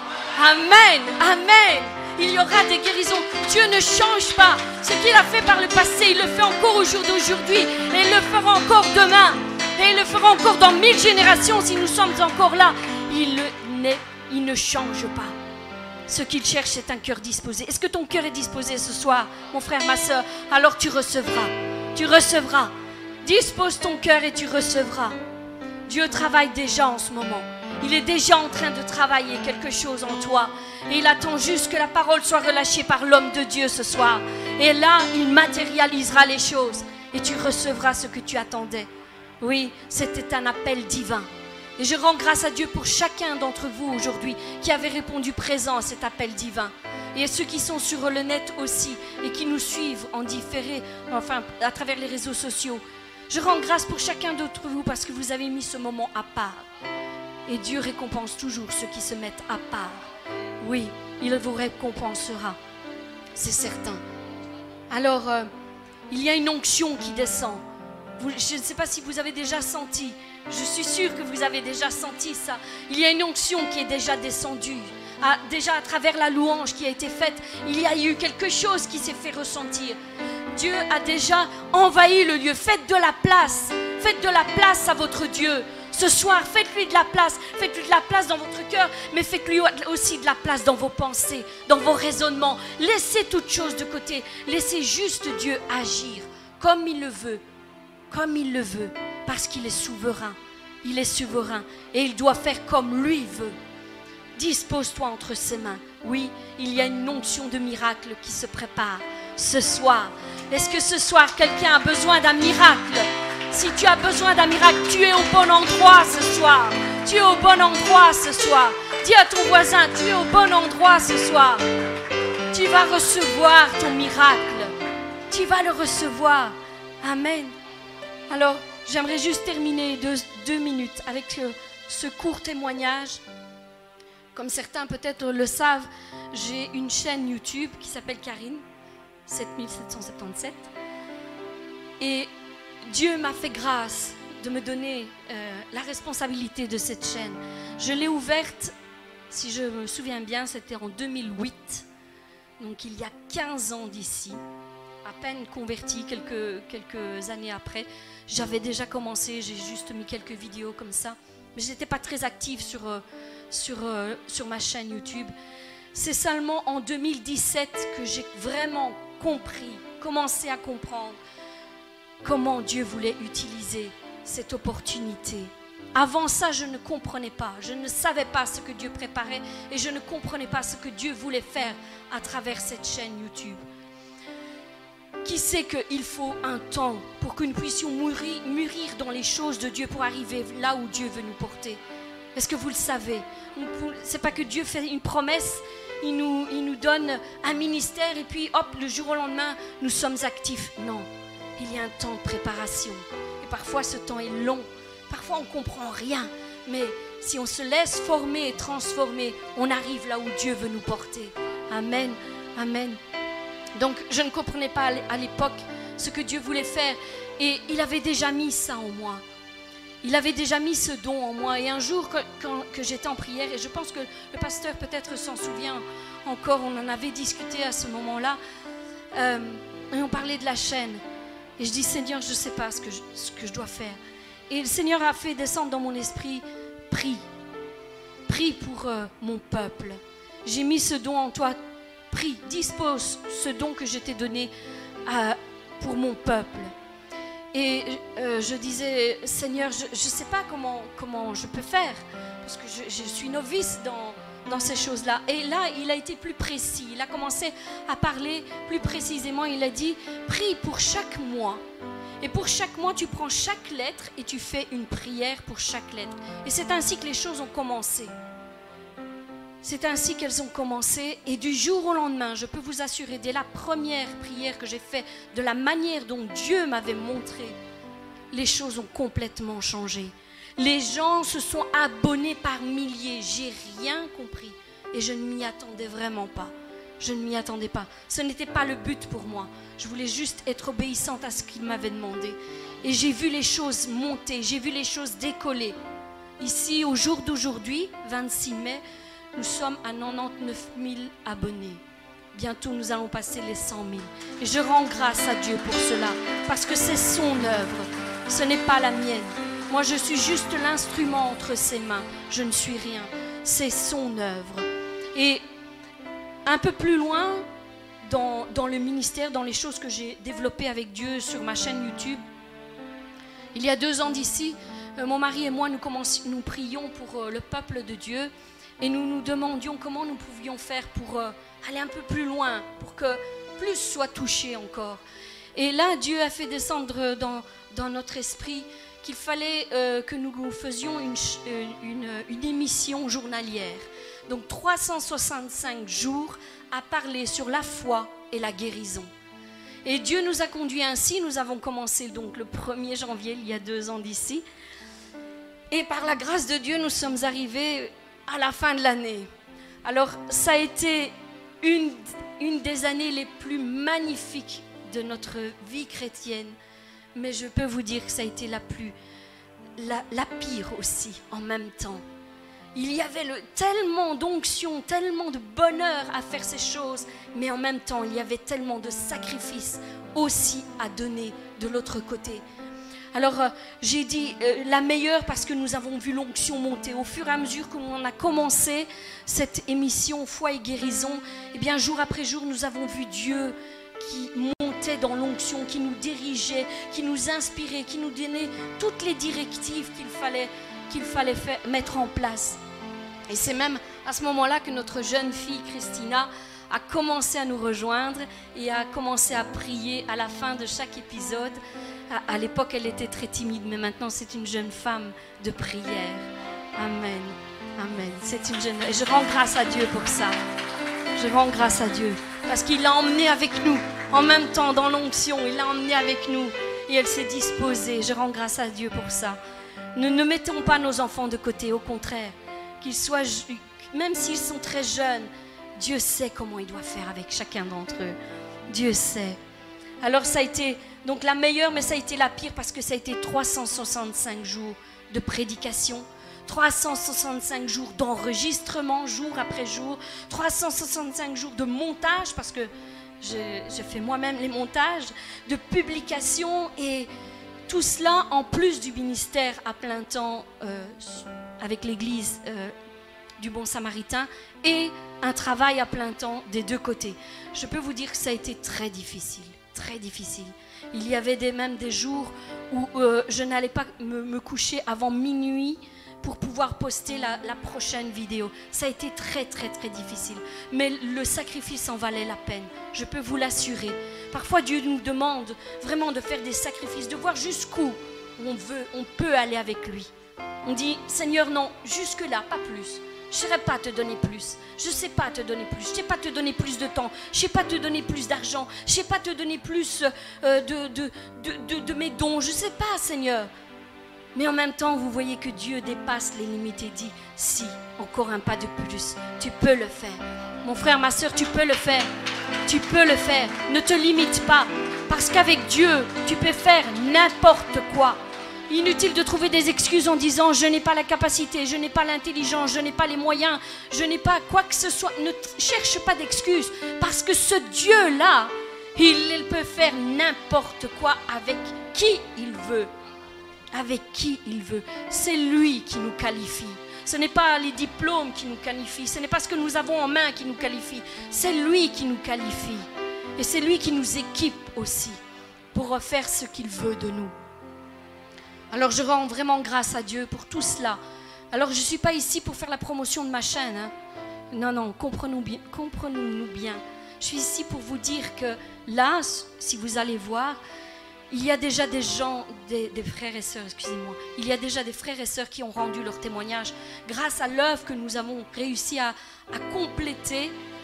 Amen, amen. Il y aura des guérisons. Dieu ne change pas. Ce qu'il a fait par le passé, il le fait encore au jour d'aujourd'hui. Et il le fera encore demain. Et il le fera encore dans mille générations si nous sommes encore là. Il, ne, il ne change pas. Ce qu'il cherche, c'est un cœur disposé. Est-ce que ton cœur est disposé ce soir, mon frère, ma soeur? Alors tu recevras. Tu recevras. Dispose ton cœur et tu recevras. Dieu travaille déjà en ce moment. Il est déjà en train de travailler quelque chose en toi. Et il attend juste que la parole soit relâchée par l'homme de Dieu ce soir. Et là, il matérialisera les choses. Et tu recevras ce que tu attendais. Oui, c'était un appel divin. Et je rends grâce à Dieu pour chacun d'entre vous aujourd'hui qui avait répondu présent à cet appel divin. Et à ceux qui sont sur le net aussi et qui nous suivent en différé, enfin à travers les réseaux sociaux. Je rends grâce pour chacun d'entre vous parce que vous avez mis ce moment à part. Et Dieu récompense toujours ceux qui se mettent à part. Oui, il vous récompensera. C'est certain. Alors, euh, il y a une onction qui descend. Vous, je ne sais pas si vous avez déjà senti. Je suis sûre que vous avez déjà senti ça. Il y a une onction qui est déjà descendue. À, déjà à travers la louange qui a été faite, il y a eu quelque chose qui s'est fait ressentir. Dieu a déjà envahi le lieu. Faites de la place. Faites de la place à votre Dieu. Ce soir, faites-lui de la place. Faites-lui de la place dans votre cœur, mais faites-lui aussi de la place dans vos pensées, dans vos raisonnements. Laissez toute chose de côté. Laissez juste Dieu agir comme il le veut. Comme il le veut. Parce qu'il est souverain. Il est souverain. Et il doit faire comme lui veut. Dispose-toi entre ses mains. Oui, il y a une onction de miracle qui se prépare ce soir. Est-ce que ce soir, quelqu'un a besoin d'un miracle? Si tu as besoin d'un miracle, tu es au bon endroit ce soir. Tu es au bon endroit ce soir. Dis à ton voisin, tu es au bon endroit ce soir. Tu vas recevoir ton miracle. Tu vas le recevoir. Amen. Alors, j'aimerais juste terminer deux, deux minutes avec ce court témoignage. Comme certains peut-être le savent, j'ai une chaîne YouTube qui s'appelle Karine, sept mille sept cent soixante-dix-sept. Et Dieu m'a fait grâce de me donner euh, la responsabilité de cette chaîne. Je l'ai ouverte, si je me souviens bien, c'était en deux mille huit, donc il y a quinze ans d'ici, à peine convertie quelques, quelques années après. J'avais déjà commencé, j'ai juste mis quelques vidéos comme ça, mais je n'étais pas très active sur, euh, sur, euh, sur ma chaîne YouTube. C'est seulement en deux mille dix-sept que j'ai vraiment compris, commencé à comprendre comment Dieu voulait utiliser cette opportunité. Avant ça, je ne comprenais pas, je ne savais pas ce que Dieu préparait et je ne comprenais pas ce que Dieu voulait faire à travers cette chaîne YouTube. Qui sait qu'il faut un temps pour que nous puissions mûrir, mûrir dans les choses de Dieu pour arriver là où Dieu veut nous porter? Est-ce que vous le savez? C'est pas que Dieu fait une promesse, il nous, il nous donne un ministère et puis hop, le jour au lendemain, nous sommes actifs. Non. Il y a un temps de préparation. Et parfois, ce temps est long. Parfois, on ne comprend rien. Mais si on se laisse former et transformer, on arrive là où Dieu veut nous porter. Amen. Amen. Donc, je ne comprenais pas à l'époque ce que Dieu voulait faire. Et il avait déjà mis ça en moi. il avait déjà mis ce don en moi. Et un jour, quand, quand, que j'étais en prière, et je pense que le pasteur peut-être s'en souvient encore, on en avait discuté à ce moment-là, euh, et on parlait de la chaîne. Et je dis, Seigneur, je ne sais pas ce que je, ce que je dois faire. Et le Seigneur a fait descendre dans mon esprit, prie, prie pour euh, mon peuple. J'ai mis ce don en toi, prie, dispose ce don que je t'ai donné à, pour mon peuple. Et euh, je disais, Seigneur, je ne sais pas comment, comment je peux faire, parce que je, je suis novice dans, dans ces choses-là. Et là, il a été plus précis. Il a commencé à parler plus précisément. Il a dit, prie pour chaque mois. Et pour chaque mois, tu prends chaque lettre et tu fais une prière pour chaque lettre. Et c'est ainsi que les choses ont commencé. C'est ainsi qu'elles ont commencé. Et du jour au lendemain, je peux vous assurer, dès la première prière que j'ai faite, de la manière dont Dieu m'avait montré, les choses ont complètement changé. Les gens se sont abonnés par milliers. J'ai rien compris. Et je ne m'y attendais vraiment pas. Je ne m'y attendais pas. Ce n'était pas le but pour moi. Je voulais juste être obéissante à ce qu'il m'avait demandé. Et j'ai vu les choses monter. J'ai vu les choses décoller. Ici, au jour d'aujourd'hui, vingt-six mai, nous sommes à quatre-vingt-dix-neuf mille abonnés. Bientôt, nous allons passer les cent mille. Et je rends grâce à Dieu pour cela, parce que c'est son œuvre. Ce n'est pas la mienne. Moi, je suis juste l'instrument entre ses mains. Je ne suis rien. C'est son œuvre. Et un peu plus loin, dans, dans le ministère, dans les choses que j'ai développées avec Dieu sur ma chaîne YouTube, il y a deux ans d'ici, euh, mon mari et moi, nous, nous prions pour euh, le peuple de Dieu. Et nous nous demandions comment nous pouvions faire pour euh, aller un peu plus loin, pour que plus soit touché encore. Et là, Dieu a fait descendre dans, dans notre esprit qu'il fallait euh, que nous faisions une, une, une émission journalière. Donc trois cent soixante-cinq jours à parler sur la foi et la guérison. Et Dieu nous a conduits ainsi. Nous avons commencé donc le premier janvier, il y a deux ans d'ici. Et par la grâce de Dieu, nous sommes arrivés à la fin de l'année. Alors, ça a été une, une des années les plus magnifiques de notre vie chrétienne. Mais je peux vous dire que ça a été la plus, la, la pire aussi, en même temps. Il y avait le, tellement d'onction, tellement de bonheur à faire ces choses, mais en même temps, il y avait tellement de sacrifices aussi à donner de l'autre côté. Alors, euh, j'ai dit euh, la meilleure parce que nous avons vu l'onction monter. Au fur et à mesure que l'on a commencé cette émission Foi et guérison, eh bien, jour après jour, nous avons vu Dieu qui montait dans l'onction, qui nous dirigeait, qui nous inspirait, qui nous donnait toutes les directives qu'il fallait, qu'il fallait faire, mettre en place. Et c'est même à ce moment-là que notre jeune fille, Christina, a commencé à nous rejoindre et a commencé à prier à la fin de chaque épisode. À, à l'époque, elle était très timide, mais maintenant, c'est une jeune femme de prière. Amen. Amen. C'est une jeune... Et je rends grâce à Dieu pour ça. Je rends grâce à Dieu. Parce qu'il l'a emmenée avec nous. En même temps, dans l'onction, il l'a emmenée avec nous. Et elle s'est disposée. Je rends grâce à Dieu pour ça. Ne, ne mettons pas nos enfants de côté. Au contraire, qu'ils soient... Même s'ils sont très jeunes, Dieu sait comment il doit faire avec chacun d'entre eux. Dieu sait. Alors ça a été donc la meilleure, mais ça a été la pire parce que ça a été trois cent soixante-cinq jours de prédication, trois cent soixante-cinq jours d'enregistrement, jour après jour, trois cent soixante-cinq jours de montage parce que je, je fais moi-même les montages, de publication et tout cela en plus du ministère à plein temps euh, avec l'église euh, du Bon Samaritain et un travail à plein temps des deux côtés. Je peux vous dire que ça a été très difficile, très difficile. Il y avait des, même des jours où euh, je n'allais pas me, me coucher avant minuit pour pouvoir poster la, la prochaine vidéo. Ça a été très, très, très difficile. Mais le sacrifice en valait la peine, je peux vous l'assurer. Parfois, Dieu nous demande vraiment de faire des sacrifices, de voir jusqu'où on veut, on peut aller avec lui. On dit, Seigneur, non, jusque-là, pas plus. Je ne saurais pas te donner plus. Je ne sais pas te donner plus. Je ne sais pas te donner plus de temps. Je ne sais pas te donner plus d'argent. Je ne sais pas te donner plus euh, de, de, de, de, de mes dons. Je ne sais pas, Seigneur. Mais en même temps, vous voyez que Dieu dépasse les limites et dit, si, encore un pas de plus, tu peux le faire. Mon frère, ma soeur, tu peux le faire. Tu peux le faire. Ne te limite pas. Parce qu'avec Dieu, tu peux faire n'importe quoi. Inutile de trouver des excuses en disant je n'ai pas la capacité, je n'ai pas l'intelligence, je n'ai pas les moyens, je n'ai pas quoi que ce soit. Ne cherche pas d'excuses parce que ce Dieu-là, il, il peut faire n'importe quoi avec qui il veut. Avec qui il veut. C'est lui qui nous qualifie. Ce n'est pas les diplômes qui nous qualifient, ce n'est pas ce que nous avons en main qui nous qualifie. C'est lui qui nous qualifie. Et c'est lui qui nous équipe aussi pour faire ce qu'il veut de nous. Alors je rends vraiment grâce à Dieu pour tout cela. Alors je ne suis pas ici pour faire la promotion de ma chaîne. Hein. Non, non, comprenons bien, comprenons-nous bien. Je suis ici pour vous dire que là, si vous allez voir, il y a déjà des gens, des, des frères et sœurs, excusez-moi, il y a déjà des frères et sœurs qui ont rendu leur témoignage grâce à l'œuvre que nous avons réussi à, à compléter.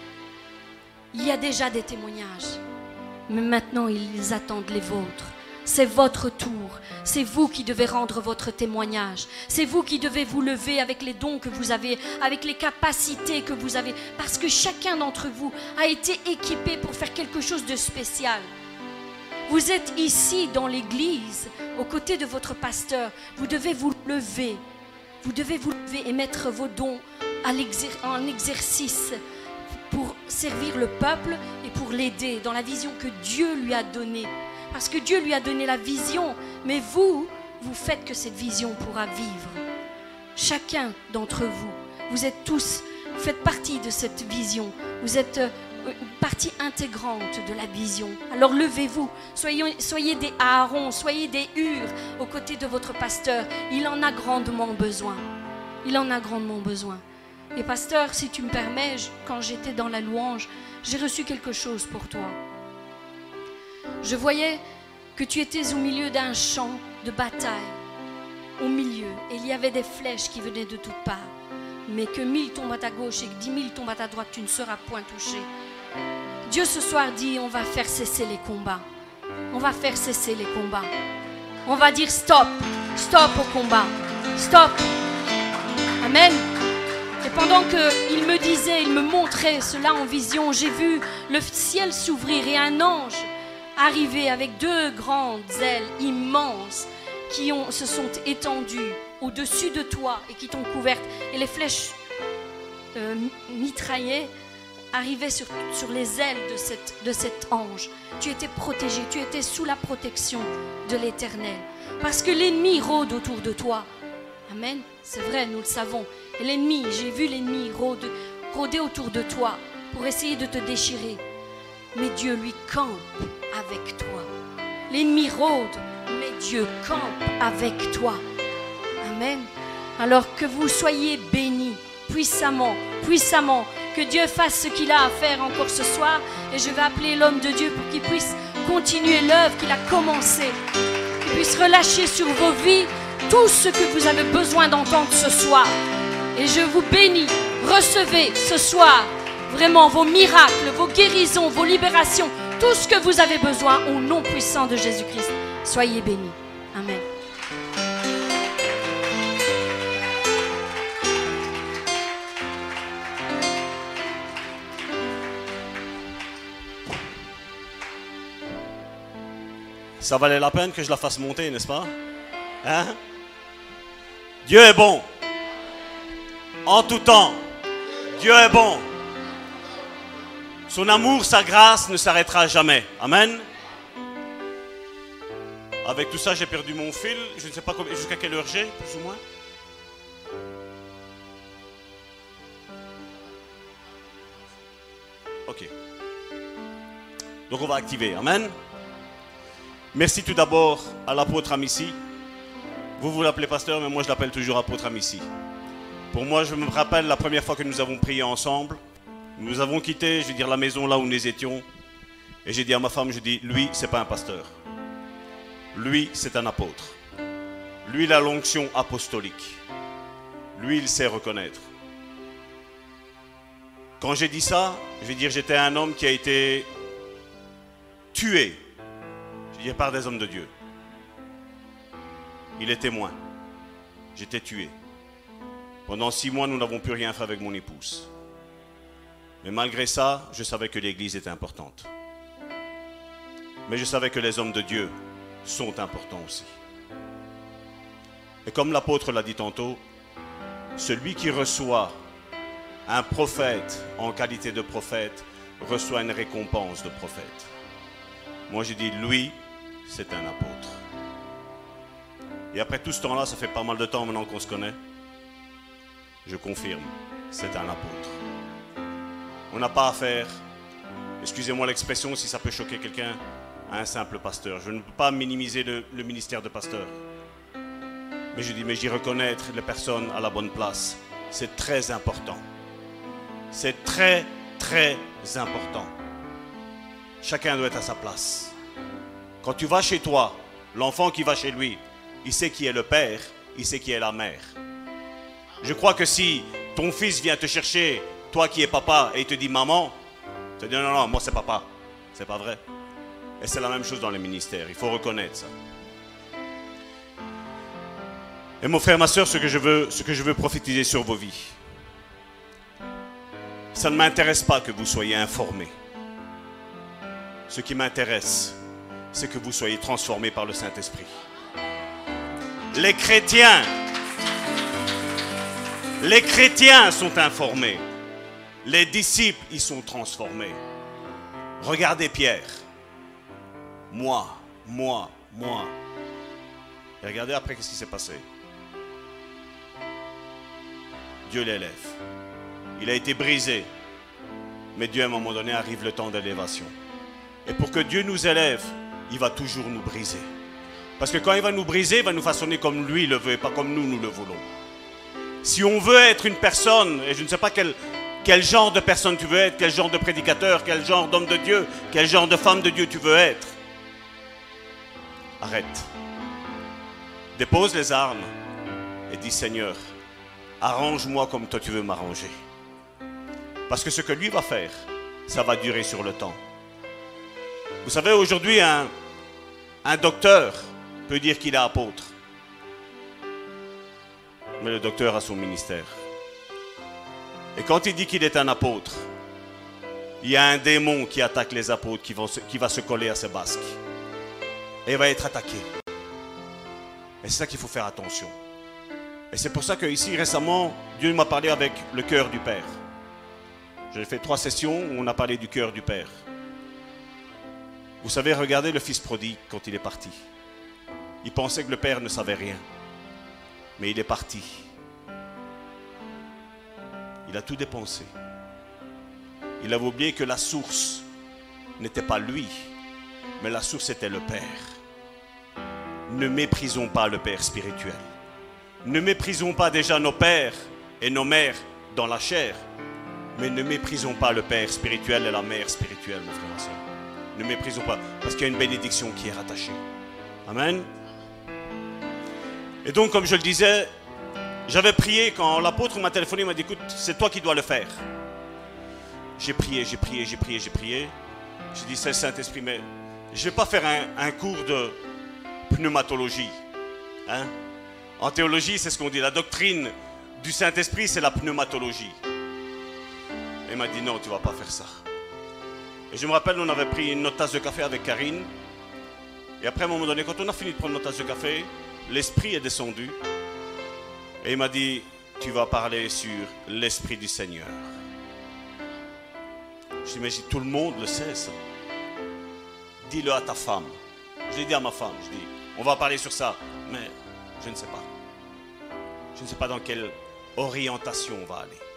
Il y a déjà des témoignages. Mais maintenant, ils attendent les vôtres. C'est votre tour. C'est vous qui devez rendre votre témoignage. C'est vous qui devez vous lever avec les dons que vous avez, avec les capacités que vous avez. Parce que chacun d'entre vous a été équipé pour faire quelque chose de spécial. Vous êtes ici dans l'église, aux côtés de votre pasteur. Vous devez vous lever. Vous devez vous lever et mettre vos dons à l'exer- en exercice pour servir le peuple et pour l'aider dans la vision que Dieu lui a donnée. Parce que Dieu lui a donné la vision, mais vous, vous faites que cette vision pourra vivre. Chacun d'entre vous, vous êtes tous, vous faites partie de cette vision. Vous êtes une partie intégrante de la vision. Alors levez-vous, soyez, soyez des Aaron, soyez des Hur aux côtés de votre pasteur. Il en a grandement besoin. Il en a grandement besoin. Et pasteur, si tu me permets, quand j'étais dans la louange, j'ai reçu quelque chose pour toi. Je voyais que tu étais au milieu d'un champ de bataille, au milieu, et il y avait des flèches qui venaient de toutes parts, mais que mille tombent à ta gauche et que dix mille tombent à ta droite, tu ne seras point touché. Dieu ce soir dit, on va faire cesser les combats, on va faire cesser les combats, on va dire stop, stop au combat, stop, amen. Et pendant qu'il me disait, il me montrait cela en vision, j'ai vu le ciel s'ouvrir et un ange arrivé avec deux grandes ailes immenses qui ont, se sont étendues au-dessus de toi et qui t'ont couverte. Et les flèches euh, mitraillées arrivaient sur, sur les ailes de, cette, de cet ange. Tu étais protégé, tu étais sous la protection de l'Éternel. Parce que l'ennemi rôde autour de toi. Amen, c'est vrai, nous le savons. Et l'ennemi, j'ai vu l'ennemi rôde, rôder autour de toi pour essayer de te déchirer. Mais Dieu lui campe avec toi. L'ennemi rôde, mais Dieu campe avec toi. Amen. Alors que vous soyez bénis puissamment, puissamment, que Dieu fasse ce qu'il a à faire encore ce soir. Et je vais appeler l'homme de Dieu pour qu'il puisse continuer l'œuvre qu'il a commencée. Qu'il puisse relâcher sur vos vies tout ce que vous avez besoin d'entendre ce soir. Et je vous bénis. Recevez ce soir vraiment vos miracles, vos guérisons, vos libérations, tout ce que vous avez besoin au nom puissant de Jésus-Christ. Soyez bénis. Amen. Ça valait la peine que je la fasse monter, n'est-ce pas? Hein? Dieu est bon. En tout temps. Dieu est bon. Son amour, sa grâce ne s'arrêtera jamais. Amen. Avec tout ça, j'ai perdu mon fil. Je ne sais pas jusqu'à quelle heure j'ai, plus ou moins. Ok. Donc on va activer. Amen. Merci tout d'abord à l'apôtre Amici. Vous, vous l'appelez pasteur, mais moi je l'appelle toujours apôtre Amici. Pour moi, je me rappelle la première fois que nous avons prié ensemble. Nous avons quitté, je veux dire, la maison là où nous étions. Et j'ai dit à ma femme, je dis, lui, c'est pas un pasteur. Lui, c'est un apôtre. Lui, il a l'onction apostolique. Lui, il sait reconnaître. Quand j'ai dit ça, je veux dire, j'étais un homme qui a été tué, je veux dire, par des hommes de Dieu. Il est témoin. J'étais tué. Pendant six mois, nous n'avons plus rien fait avec mon épouse. Mais malgré ça, je savais que l'église était importante. Mais je savais que les hommes de Dieu sont importants aussi. Et comme l'apôtre l'a dit tantôt, celui qui reçoit un prophète en qualité de prophète reçoit une récompense de prophète. Moi, je dis, lui, c'est un apôtre. Et après tout ce temps-là, ça fait pas mal de temps maintenant qu'on se connaît. Je confirme, c'est un apôtre. On n'a pas affaire, excusez-moi l'expression si ça peut choquer quelqu'un, à un simple pasteur. Je ne peux pas minimiser le, le ministère de pasteur. Mais je dis, mais j'y reconnaître les personnes à la bonne place. C'est très important. C'est très, très important. Chacun doit être à sa place. Quand tu vas chez toi, l'enfant qui va chez lui, il sait qui est le père, il sait qui est la mère. Je crois que si ton fils vient te chercher, toi qui es papa, et il te dit maman, tu te dis non, non, moi c'est papa. C'est pas vrai. Et c'est la même chose dans les ministères, il faut reconnaître ça. Et mon frère, ma soeur, ce que je veux, ce que je veux prophétiser sur vos vies, ça ne m'intéresse pas que vous soyez informés. Ce qui m'intéresse, c'est que vous soyez transformés par le Saint-Esprit. Les chrétiens, les chrétiens sont informés. Les disciples, ils sont transformés. Regardez Pierre. Moi, moi, moi. Et regardez après qu'est-ce qui s'est passé. Dieu l'élève. Il a été brisé. Mais Dieu, à un moment donné, arrive le temps d'élévation. Et pour que Dieu nous élève, il va toujours nous briser. Parce que quand il va nous briser, il va nous façonner comme lui le veut et pas comme nous, nous le voulons. Si on veut être une personne, et je ne sais pas quel, quel genre de personne tu veux être, quel genre de prédicateur, quel genre d'homme de Dieu, quel genre de femme de Dieu tu veux être, arrête. Dépose les armes et dis Seigneur, arrange-moi comme toi tu veux m'arranger. Parce que ce que lui va faire, ça va durer sur le temps. Vous savez, aujourd'hui, un, un docteur peut dire qu'il est apôtre. Mais le docteur a son ministère. Et quand il dit qu'il est un apôtre, il y a un démon qui attaque les apôtres, qui, vont se, qui va se coller à ses basques. Et il va être attaqué. Et c'est ça qu'il faut faire attention. Et c'est pour ça qu'ici, récemment, Dieu m'a parlé avec le cœur du Père. J'ai fait trois sessions où on a parlé du cœur du Père. Vous savez, regardez le fils prodigue quand il est parti. Il pensait que le Père ne savait rien. Mais il est parti. Il a tout dépensé. Il avait oublié que la source n'était pas lui, mais la source était le Père. Ne méprisons pas le Père spirituel. Ne méprisons pas déjà nos pères et nos mères dans la chair, mais ne méprisons pas le Père spirituel et la mère spirituelle, mon frère et ma soeur. Ne méprisons pas, parce qu'il y a une bénédiction qui est rattachée. Amen. Et donc, comme je le disais, j'avais prié quand l'apôtre m'a téléphoné, il m'a dit, écoute, c'est toi qui dois le faire. J'ai prié, j'ai prié, j'ai prié, j'ai prié. J'ai dit, c'est le Saint-Esprit, mais je ne vais pas faire un, un cours de pneumatologie. Hein? En théologie, c'est ce qu'on dit. La doctrine du Saint-Esprit, c'est la pneumatologie. Et il m'a dit, non, tu ne vas pas faire ça. Et je me rappelle, on avait pris une autre tasse de café avec Karine. Et après, à un moment donné, quand on a fini de prendre notre tasse de café, l'Esprit est descendu. Et il m'a dit, tu vas parler sur l'Esprit du Seigneur. Je dis, mais tout le monde le sait, ça. Dis-le à ta femme. Je l'ai dit à ma femme, je dis, on va parler sur ça. Mais je ne sais pas. Je ne sais pas dans quelle orientation on va aller.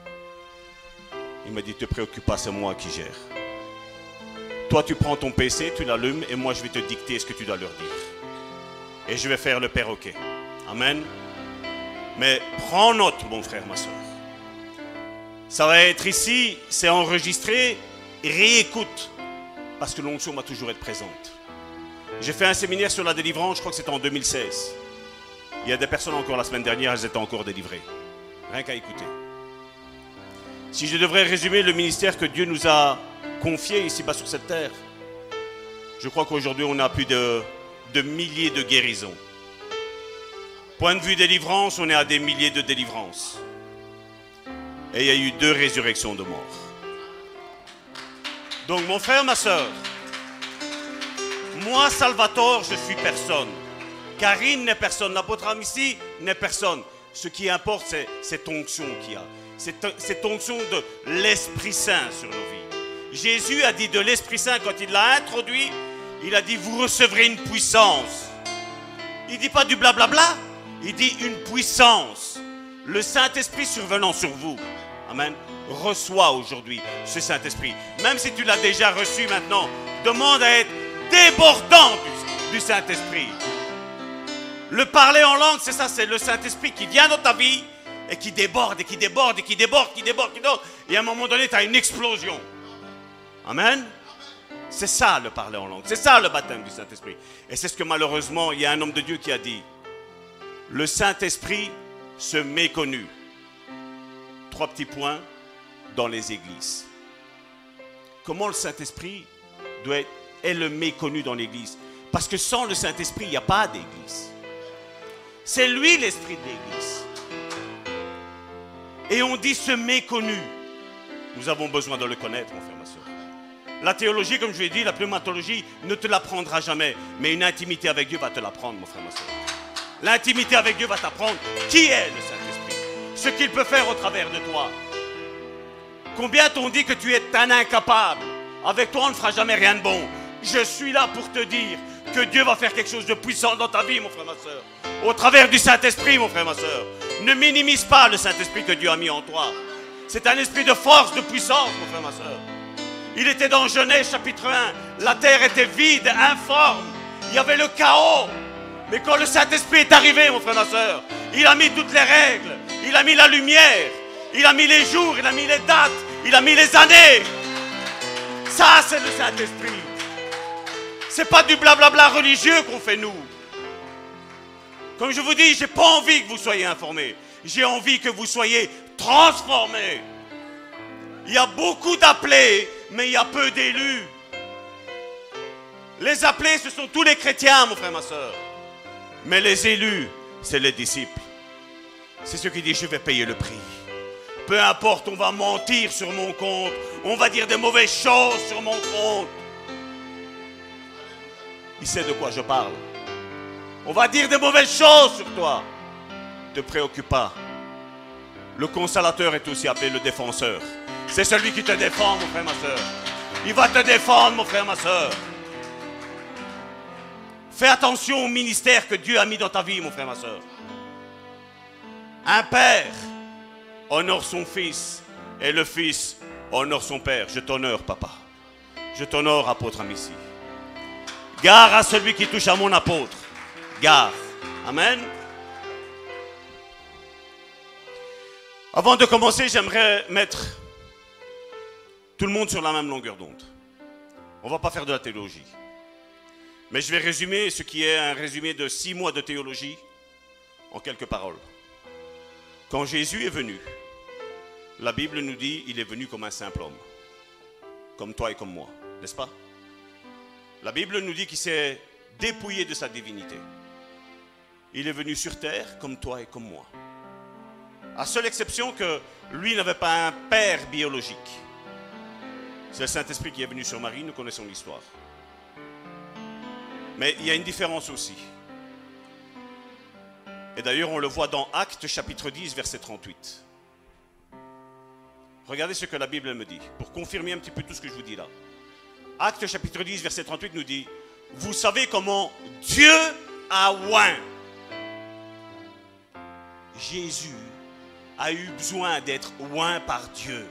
Il m'a dit, ne te préoccupe pas, c'est moi qui gère. Toi, tu prends ton P C, tu l'allumes, et moi, je vais te dicter ce que tu dois leur dire. Et je vais faire le perroquet. Amen. Mais prends note, mon frère, ma soeur. Ça va être ici, c'est enregistré, réécoute. Parce que l'onction va toujours être présente. J'ai fait un séminaire sur la délivrance, je crois que c'était en deux mille seize. Il y a des personnes encore la semaine dernière, elles étaient encore délivrées. Rien qu'à écouter. Si je devrais résumer le ministère que Dieu nous a confié ici-bas sur cette terre, je crois qu'aujourd'hui on a plus de, de milliers de guérisons. Point de vue délivrance, on est à des milliers de délivrances. Et il y a eu deux résurrections de morts. Donc mon frère, ma soeur, moi Salvatore, je suis personne. Karine n'est personne. L'apôtre Amici n'est personne. Ce qui importe, c'est cette onction qu'il y a. Cette, cette onction de l'Esprit Saint sur nos vies. Jésus a dit de l'Esprit Saint, quand il l'a introduit, il a dit, vous recevrez une puissance. Il ne dit pas du blablabla, il dit une puissance. Le Saint-Esprit survenant sur vous. Amen. Reçois aujourd'hui ce Saint-Esprit. Même si tu l'as déjà reçu maintenant, demande à être débordant du, du Saint-Esprit. Le parler en langue, c'est ça, c'est le Saint-Esprit qui vient dans ta vie et qui déborde, et qui déborde, et qui déborde, qui déborde, qui déborde. Et à un moment donné, tu as une explosion. Amen. C'est ça le parler en langue. C'est ça le baptême du Saint-Esprit. Et c'est ce que malheureusement, il y a un homme de Dieu qui a dit. Le Saint-Esprit se méconnu. Trois petits points dans les églises. Comment le Saint-Esprit doit être est le méconnu dans l'église? Parce que sans le Saint-Esprit, il n'y a pas d'église. C'est lui l'esprit de l'église. Et on dit ce méconnu. Nous avons besoin de le connaître, mon frère, ma soeur. La théologie, comme je l'ai dit, la pneumatologie ne te l'apprendra jamais. Mais une intimité avec Dieu va te l'apprendre, mon frère, ma soeur. L'intimité avec Dieu va t'apprendre qui est le Saint-Esprit. Ce qu'il peut faire au travers de toi. Combien t'ont dit que tu es un incapable? Avec toi, on ne fera jamais rien de bon. Je suis là pour te dire que Dieu va faire quelque chose de puissant dans ta vie, mon frère, ma soeur. Au travers du Saint-Esprit, mon frère, ma soeur. Ne minimise pas le Saint-Esprit que Dieu a mis en toi. C'est un esprit de force, de puissance, mon frère, ma soeur. Il était dans Genèse chapitre un. La terre était vide, informe. Il y avait le chaos. Mais quand le Saint-Esprit est arrivé, mon frère, ma soeur, il a mis toutes les règles. Il a mis la lumière. Il a mis les jours, il a mis les dates. Il a mis les années. Ça, c'est le Saint-Esprit. C'est pas du blablabla religieux qu'on fait, nous. Comme je vous dis, j'ai pas envie que vous soyez informés. J'ai envie que vous soyez transformés. Il y a beaucoup d'appelés, mais il y a peu d'élus. Les appelés, ce sont tous les chrétiens, mon frère, ma soeur. Mais les élus, c'est les disciples. C'est ceux qui disent, je vais payer le prix. Peu importe, on va mentir sur mon compte. On va dire des mauvaises choses sur mon compte. Il sait de quoi je parle. On va dire des mauvaises choses sur toi. Ne te préoccupe pas. Le consolateur est aussi appelé le défenseur. C'est celui qui te défend, mon frère, ma soeur. Il va te défendre, mon frère, ma soeur. Fais attention au ministère que Dieu a mis dans ta vie, mon frère, ma soeur. Un père honore son fils et le fils honore son père. Je t'honore, papa. Je t'honore, apôtre Amici. Gare à celui qui touche à mon apôtre. Gare. Amen. Avant de commencer, j'aimerais mettre tout le monde sur la même longueur d'onde. On ne va pas faire de la théologie. Mais je vais résumer ce qui est un résumé de six mois de théologie en quelques paroles. Quand Jésus est venu, la Bible nous dit qu'il est venu comme un simple homme. Comme toi et comme moi, n'est-ce pas? La Bible nous dit qu'il s'est dépouillé de sa divinité. Il est venu sur terre comme toi et comme moi. À seule exception que lui n'avait pas un père biologique. C'est le Saint-Esprit qui est venu sur Marie, nous connaissons l'histoire. Mais il y a une différence aussi. Et d'ailleurs, on le voit dans Actes chapitre dix, verset trente-huit. Regardez ce que la Bible me dit, pour confirmer un petit peu tout ce que je vous dis là. Actes chapitre dix, verset trente-huit nous dit, vous savez comment Dieu a oint. Jésus a eu besoin d'être oint par Dieu.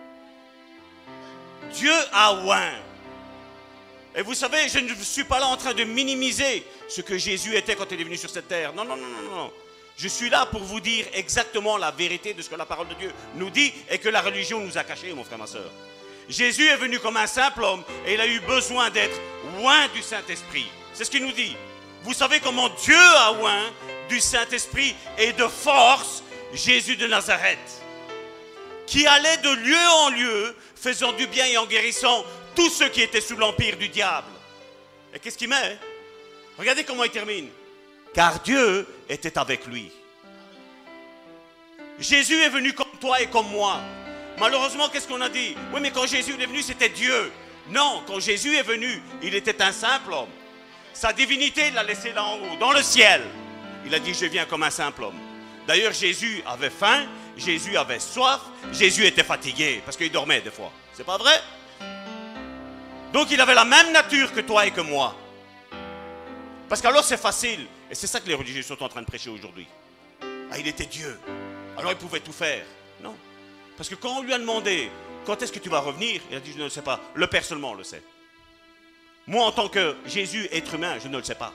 Dieu a oint. Et vous savez, je ne suis pas là en train de minimiser ce que Jésus était quand il est venu sur cette terre. Non, non, non, non, non. Je suis là pour vous dire exactement la vérité de ce que la parole de Dieu nous dit et que la religion nous a caché, mon frère, ma soeur. Jésus est venu comme un simple homme et il a eu besoin d'être oint du Saint-Esprit. C'est ce qu'il nous dit. Vous savez comment Dieu a oint du Saint-Esprit et de force Jésus de Nazareth, qui allait de lieu en lieu, faisant du bien et en guérissant tous ceux qui étaient sous l'empire du diable. Et qu'est-ce qu'il met? Regardez comment il termine. Car Dieu était avec lui. Jésus est venu comme toi et comme moi. Malheureusement, qu'est-ce qu'on a dit? Oui, mais quand Jésus est venu, c'était Dieu. Non, quand Jésus est venu, il était un simple homme. Sa divinité, il l'a laissé là en haut, dans le ciel. Il a dit, je viens comme un simple homme. D'ailleurs, Jésus avait faim, Jésus avait soif, Jésus était fatigué, parce qu'il dormait des fois. C'est pas vrai? Donc il avait la même nature que toi et que moi. Parce qu'alors c'est facile. Et c'est ça que les religieux sont en train de prêcher aujourd'hui. Ah, il était Dieu. Alors il pouvait tout faire. Non. Parce que quand on lui a demandé, quand est-ce que tu vas revenir? Il a dit, je ne le sais pas. Le Père seulement le sait. Moi, en tant que Jésus, être humain, je ne le sais pas.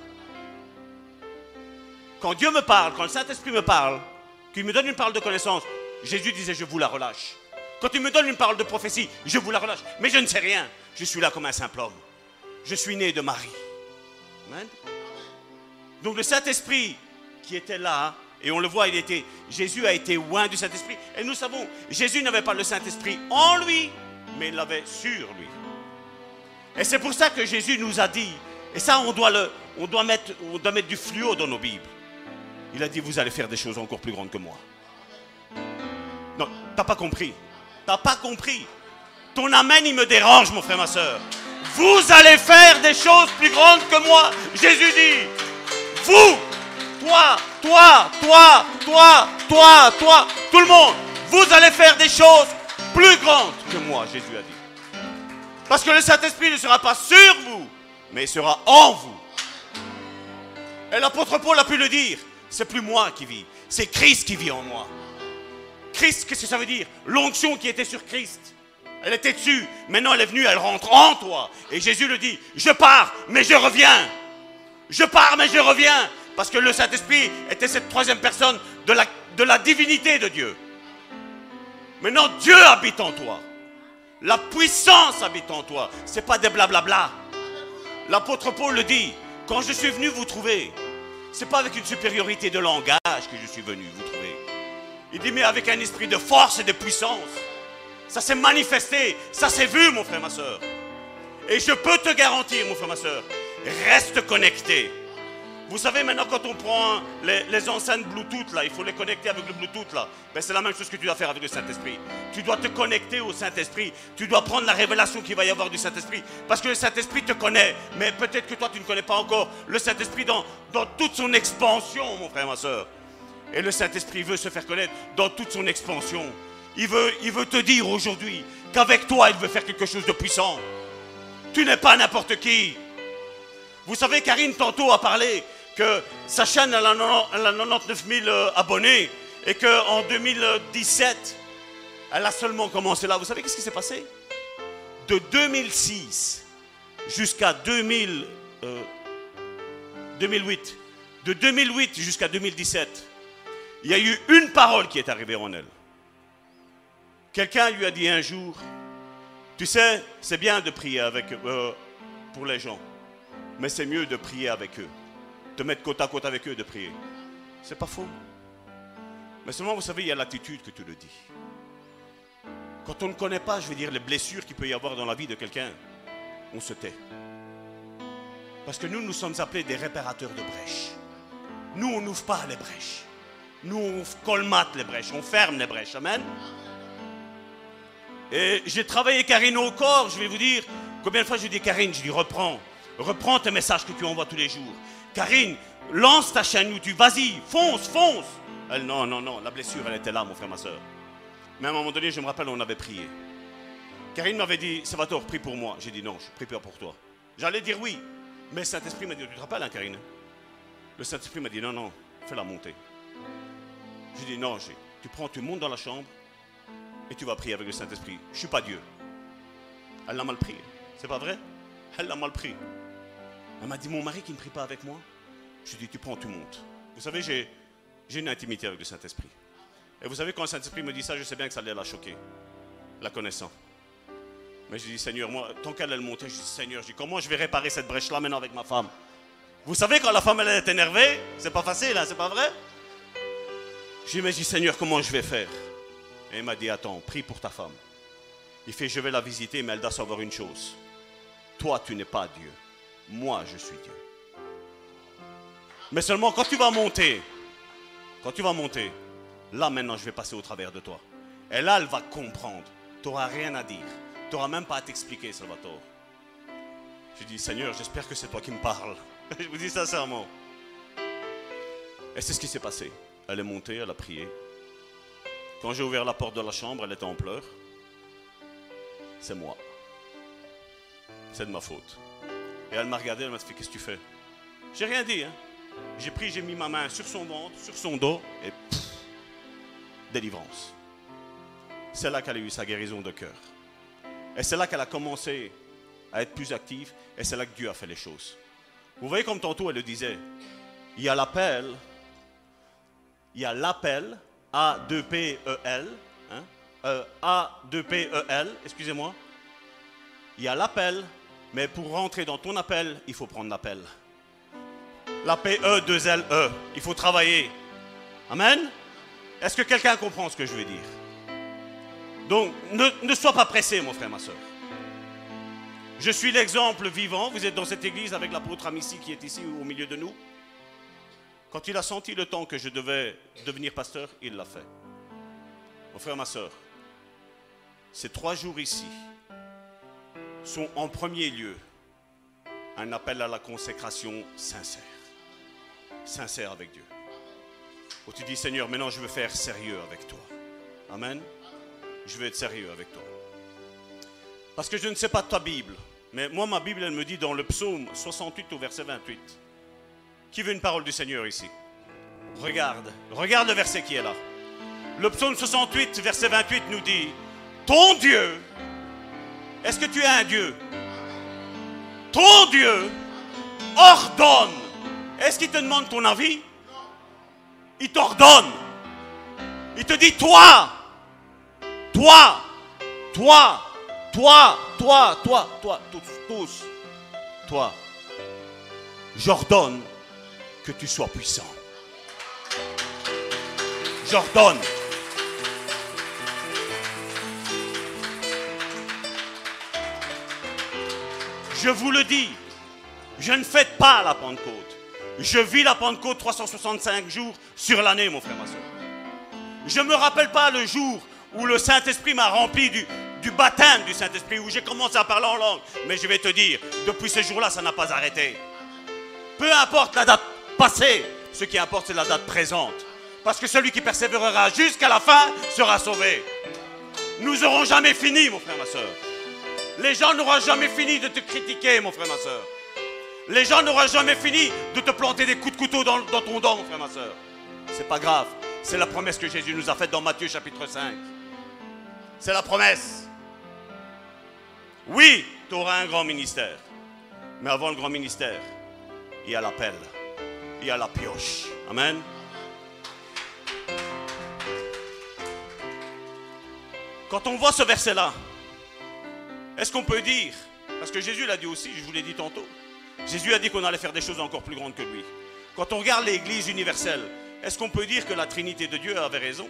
Quand Dieu me parle, quand le Saint-Esprit me parle, qu'il me donne une parole de connaissance, Jésus disait, je vous la relâche. Quand il me donne une parole de prophétie, je vous la relâche. Mais je ne sais rien. Je suis là comme un simple homme. Je suis né de Marie. Amen. Donc le Saint-Esprit qui était là, et on le voit, il était, Jésus a été oint du Saint-Esprit. Et nous savons, Jésus n'avait pas le Saint-Esprit en lui, mais il l'avait sur lui. Et c'est pour ça que Jésus nous a dit, et ça on doit, le, on doit, mettre, on doit mettre du fluo dans nos Bibles. Il a dit, vous allez faire des choses encore plus grandes que moi. Non, t'as pas compris. T'as pas compris. Ton amen, il me dérange, mon frère, ma soeur. Vous allez faire des choses plus grandes que moi. Jésus dit, vous, toi, toi, toi, toi, toi, toi, tout le monde, vous allez faire des choses plus grandes que moi, Jésus a dit. Parce que le Saint-Esprit ne sera pas sur vous, mais il sera en vous. Et l'apôtre Paul a pu le dire, c'est plus moi qui vis, c'est Christ qui vit en moi. Christ, qu'est-ce que ça veut dire? L'onction qui était sur Christ, elle était dessus, maintenant elle est venue, elle rentre en toi. Et Jésus le dit, je pars, mais je reviens. Je pars, mais je reviens. Parce que le Saint-Esprit était cette troisième personne de la, de la divinité de Dieu. Maintenant, Dieu habite en toi. La puissance habite en toi. Ce n'est pas des blablabla. L'apôtre Paul le dit, quand je suis venu vous trouver, ce n'est pas avec une supériorité de langage que je suis venu vous trouver. Il dit, mais avec un esprit de force et de puissance. Ça s'est manifesté, ça s'est vu, mon frère, ma soeur. Et je peux te garantir, mon frère, ma soeur, reste connecté. Vous savez, maintenant, quand on prend les, les enceintes Bluetooth, là, il faut les connecter avec le Bluetooth, là. Ben, c'est la même chose que tu dois faire avec le Saint-Esprit. Tu dois te connecter au Saint-Esprit. Tu dois prendre la révélation qu'il va y avoir du Saint-Esprit. Parce que le Saint-Esprit te connaît. Mais peut-être que toi, tu ne connais pas encore le Saint-Esprit dans, dans toute son expansion, mon frère, ma soeur. Et le Saint-Esprit veut se faire connaître dans toute son expansion. Il veut, il veut te dire aujourd'hui qu'avec toi, il veut faire quelque chose de puissant. Tu n'es pas n'importe qui. Vous savez, Karine, tantôt, a parlé que sa chaîne, elle a quatre-vingt-dix-neuf mille abonnés et qu'en deux mille dix-sept, elle a seulement commencé là. Vous savez qu'est-ce qui s'est passé? De deux mille six jusqu'à deux mille, euh, deux mille huit, de deux mille huit jusqu'à deux mille dix-sept, il y a eu une parole qui est arrivée en elle. Quelqu'un lui a dit un jour, tu sais, c'est bien de prier avec, euh, pour les gens, mais c'est mieux de prier avec eux. Te mettre côte à côte avec eux, de prier. C'est pas faux. Mais seulement, vous savez, il y a l'attitude que tu le dis. Quand on ne connaît pas, je veux dire, les blessures qu'il peut y avoir dans la vie de quelqu'un, on se tait. Parce que nous, nous sommes appelés des réparateurs de brèches. Nous, on n'ouvre pas les brèches. Nous, on colmate les brèches, on ferme les brèches. Amen. Et j'ai travaillé Karine au corps, je vais vous dire, combien de fois je dis Karine, je dis reprends. Reprends tes messages que tu envoies tous les jours. Karine, lance ta chaîne YouTube, vas-y, fonce, fonce. Elle, non, non, non, la blessure, elle était là, mon frère, ma soeur. Mais à un moment donné, je me rappelle, on avait prié. Karine m'avait dit, Salvatore, prie pour moi. J'ai dit non, je prie pas pour toi. J'allais dire oui, mais le Saint-Esprit m'a dit, tu te rappelles, hein, Karine? Le Saint-Esprit m'a dit, non, non, fais-la monter. J'ai dit, non, tu prends, tu montes dans la chambre et tu vas prier avec le Saint-Esprit. Je ne suis pas Dieu. Elle l'a mal pris, c'est pas vrai? Elle l'a mal pris. Elle m'a dit, mon mari qui ne prie pas avec moi. Je lui ai dit, tu prends, tu montes. Vous savez, j'ai, j'ai une intimité avec le Saint-Esprit. Et vous savez, quand le Saint-Esprit me dit ça, je sais bien que ça allait la choquer, la connaissant. Mais je dis, Seigneur, moi, tant qu'elle allait monter, je dis, Seigneur, je dis, comment je vais réparer cette brèche-là maintenant avec ma femme? Vous savez, quand la femme, elle est énervée, c'est pas facile, hein, c'est pas vrai? Je dis, mais je dis, Seigneur, comment je vais faire? Et il m'a dit, attends, prie pour ta femme. Il fait, je vais la visiter, mais elle doit savoir une chose. Toi, tu n'es pas Dieu. Moi, je suis Dieu. Mais seulement quand tu vas monter, quand tu vas monter, là maintenant, je vais passer au travers de toi. Et là, elle va comprendre. Tu n'auras rien à dire. Tu n'auras même pas à t'expliquer, Salvatore. Je dis, Seigneur, j'espère que c'est toi qui me parles. Je vous dis sincèrement. Et c'est ce qui s'est passé. Elle est montée, elle a prié. Quand j'ai ouvert la porte de la chambre, elle était en pleurs. C'est moi. C'est de ma faute. Et elle m'a regardé, elle m'a dit, qu'est-ce que tu fais? J'ai rien dit. Hein? J'ai pris, j'ai mis ma main sur son ventre, sur son dos, et pff, délivrance. C'est là qu'elle a eu sa guérison de cœur. Et c'est là qu'elle a commencé à être plus active, et c'est là que Dieu a fait les choses. Vous voyez comme tantôt elle le disait, il y a l'appel, il y a l'appel, A deux P E L, hein, euh, A deux P E L, excusez-moi. Il y a l'appel, mais pour rentrer dans ton appel, il faut prendre l'appel. La P E deux L E, il faut travailler. Amen. Est-ce que quelqu'un comprend ce que je veux dire? Donc, ne, ne sois pas pressé, mon frère, ma soeur. Je suis l'exemple vivant. Vous êtes dans cette église avec l'apôtre Amici qui est ici au milieu de nous. Quand il a senti le temps que je devais devenir pasteur, il l'a fait. Mon frère, ma soeur, ces trois jours ici sont en premier lieu un appel à la consécration sincère. Sincère avec Dieu. Où tu dis, Seigneur, maintenant je veux faire sérieux avec toi. Amen. Je veux être sérieux avec toi. Parce que je ne sais pas ta Bible, mais moi ma Bible elle me dit dans le psaume soixante-huit au verset vingt-huit. Qui veut une parole du Seigneur ici? Regarde, regarde le verset qui est là. Le psaume soixante-huit verset vingt-huit nous dit, ton Dieu, est-ce que tu es un Dieu? Ton Dieu ordonne. Est-ce qu'il te demande ton avis? Il t'ordonne. Il te dit, toi, toi, toi, toi, toi, toi, toi, tous, tous, toi, j'ordonne que tu sois puissant. J'ordonne. Je vous le dis, je ne fête pas la Pentecôte. Je vis la Pentecôte trois cent soixante-cinq jours sur l'année, mon frère, ma soeur. Je ne me rappelle pas le jour où le Saint-Esprit m'a rempli du, du baptême du Saint-Esprit, où j'ai commencé à parler en langue. Mais je vais te dire, depuis ce jour-là, ça n'a pas arrêté. Peu importe la date passée, ce qui importe, c'est la date présente. Parce que celui qui persévérera jusqu'à la fin sera sauvé. Nous n'aurons jamais fini, mon frère, ma soeur. Les gens n'auront jamais fini de te critiquer, mon frère, ma soeur. Les gens n'auront jamais fini de te planter des coups de couteau dans, dans ton dos, mon frère, ma soeur. C'est pas grave. C'est la promesse que Jésus nous a faite dans Matthieu chapitre cinq. C'est la promesse. Oui, tu auras un grand ministère. Mais avant le grand ministère, il y a l'appel. Il y a la pioche. Amen. Quand on voit ce verset-là, est-ce qu'on peut dire, parce que Jésus l'a dit aussi, je vous l'ai dit tantôt, Jésus a dit qu'on allait faire des choses encore plus grandes que lui. Quand on regarde l'Église universelle, est-ce qu'on peut dire que la Trinité de Dieu avait raison?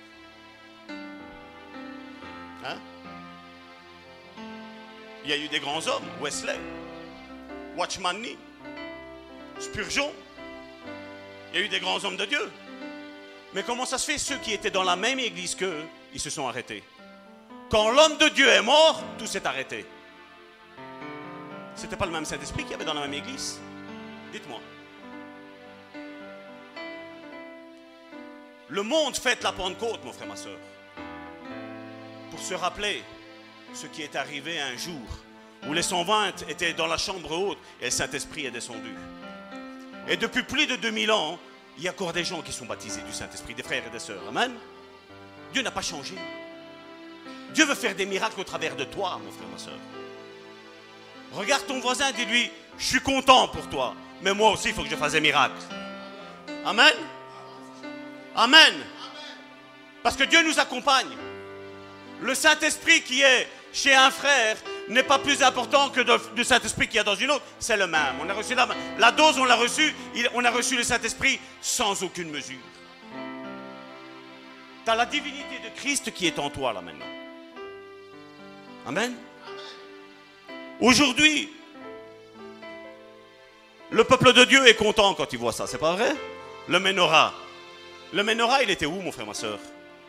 Hein? Il y a eu des grands hommes, Wesley, Watchman Nee, Spurgeon. Il y a eu des grands hommes de Dieu. Mais comment ça se fait, ceux qui étaient dans la même église qu'eux, ils se sont arrêtés? Quand l'homme de Dieu est mort, tout s'est arrêté. C'était pas le même Saint-Esprit qu'il y avait dans la même église? Dites-moi. Le monde fête la Pentecôte, mon frère, ma soeur, pour se rappeler ce qui est arrivé un jour où les cent vingt étaient dans la chambre haute et le Saint-Esprit est descendu. Et depuis plus de deux mille ans, il y a encore des gens qui sont baptisés du Saint-Esprit, des frères et des sœurs. Amen. Dieu n'a pas changé. Dieu veut faire des miracles au travers de toi, mon frère, ma soeur. Regarde ton voisin, dis-lui, je suis content pour toi, mais moi aussi, il faut que je fasse des miracles. Amen. Amen. Parce que Dieu nous accompagne. Le Saint-Esprit qui est chez un frère n'est pas plus important que le Saint-Esprit qu'il y a dans une autre. C'est le même. On a reçu la, la dose, on l'a reçue. On a reçu le Saint-Esprit sans aucune mesure. Tu as la divinité de Christ qui est en toi là maintenant. Amen. Aujourd'hui, le peuple de Dieu est content quand il voit ça. C'est pas vrai? Le Ménorah. Le Ménorah, il était où, mon frère, ma soeur?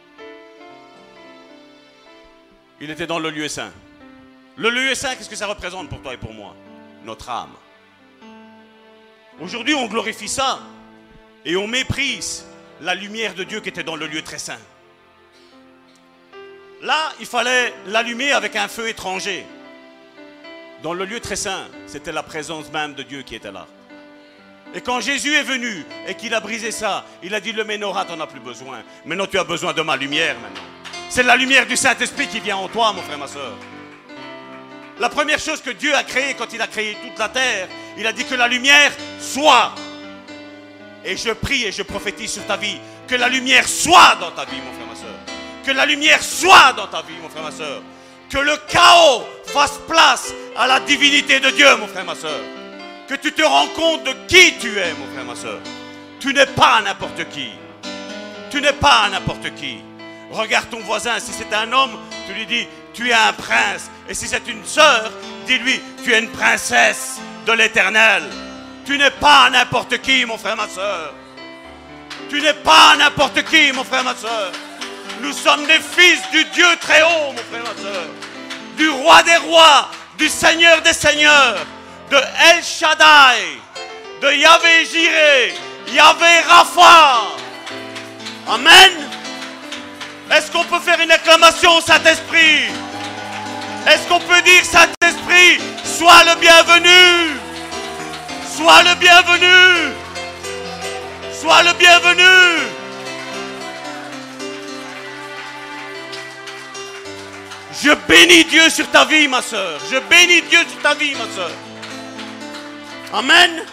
Il était dans le lieu saint. Le lieu saint, qu'est-ce que ça représente pour toi et pour moi? Notre âme. Aujourd'hui, on glorifie ça et on méprise la lumière de Dieu qui était dans le lieu très saint. Là, il fallait l'allumer avec un feu étranger. Dans le lieu très saint, c'était la présence même de Dieu qui était là. Et quand Jésus est venu et qu'il a brisé ça, il a dit, le menorah, tu n'en as plus besoin. Maintenant, tu as besoin de ma lumière maintenant. C'est la lumière du Saint-Esprit qui vient en toi, mon frère, ma soeur. La première chose que Dieu a créée quand il a créé toute la terre, il a dit que la lumière soit. Et je prie et je prophétise sur ta vie, que la lumière soit dans ta vie, mon frère, ma soeur. Que la lumière soit dans ta vie, mon frère, ma soeur. Que le chaos fasse place à la divinité de Dieu, mon frère, ma soeur. Que tu te rends compte de qui tu es, mon frère, ma soeur. Tu n'es pas n'importe qui. Tu n'es pas n'importe qui. Regarde ton voisin, si c'est un homme, tu lui dis, tu es un prince. Et si c'est une sœur, dis-lui, tu es une princesse de l'Éternel. Tu n'es pas n'importe qui, mon frère, ma soeur. Tu n'es pas n'importe qui, mon frère, ma soeur. Nous sommes des fils du Dieu très haut, mon frère, ma soeur. Du roi des rois, du Seigneur des seigneurs, de El Shaddai, de Yahvé Jireh, Yahvé Rapha. Amen. Est-ce qu'on peut faire une acclamation au Saint-Esprit? Est-ce qu'on peut dire, Saint-Esprit, sois le bienvenu? Sois le bienvenu. Sois le bienvenu. Je bénis Dieu sur ta vie, ma soeur. Je bénis Dieu sur ta vie, ma soeur. Amen.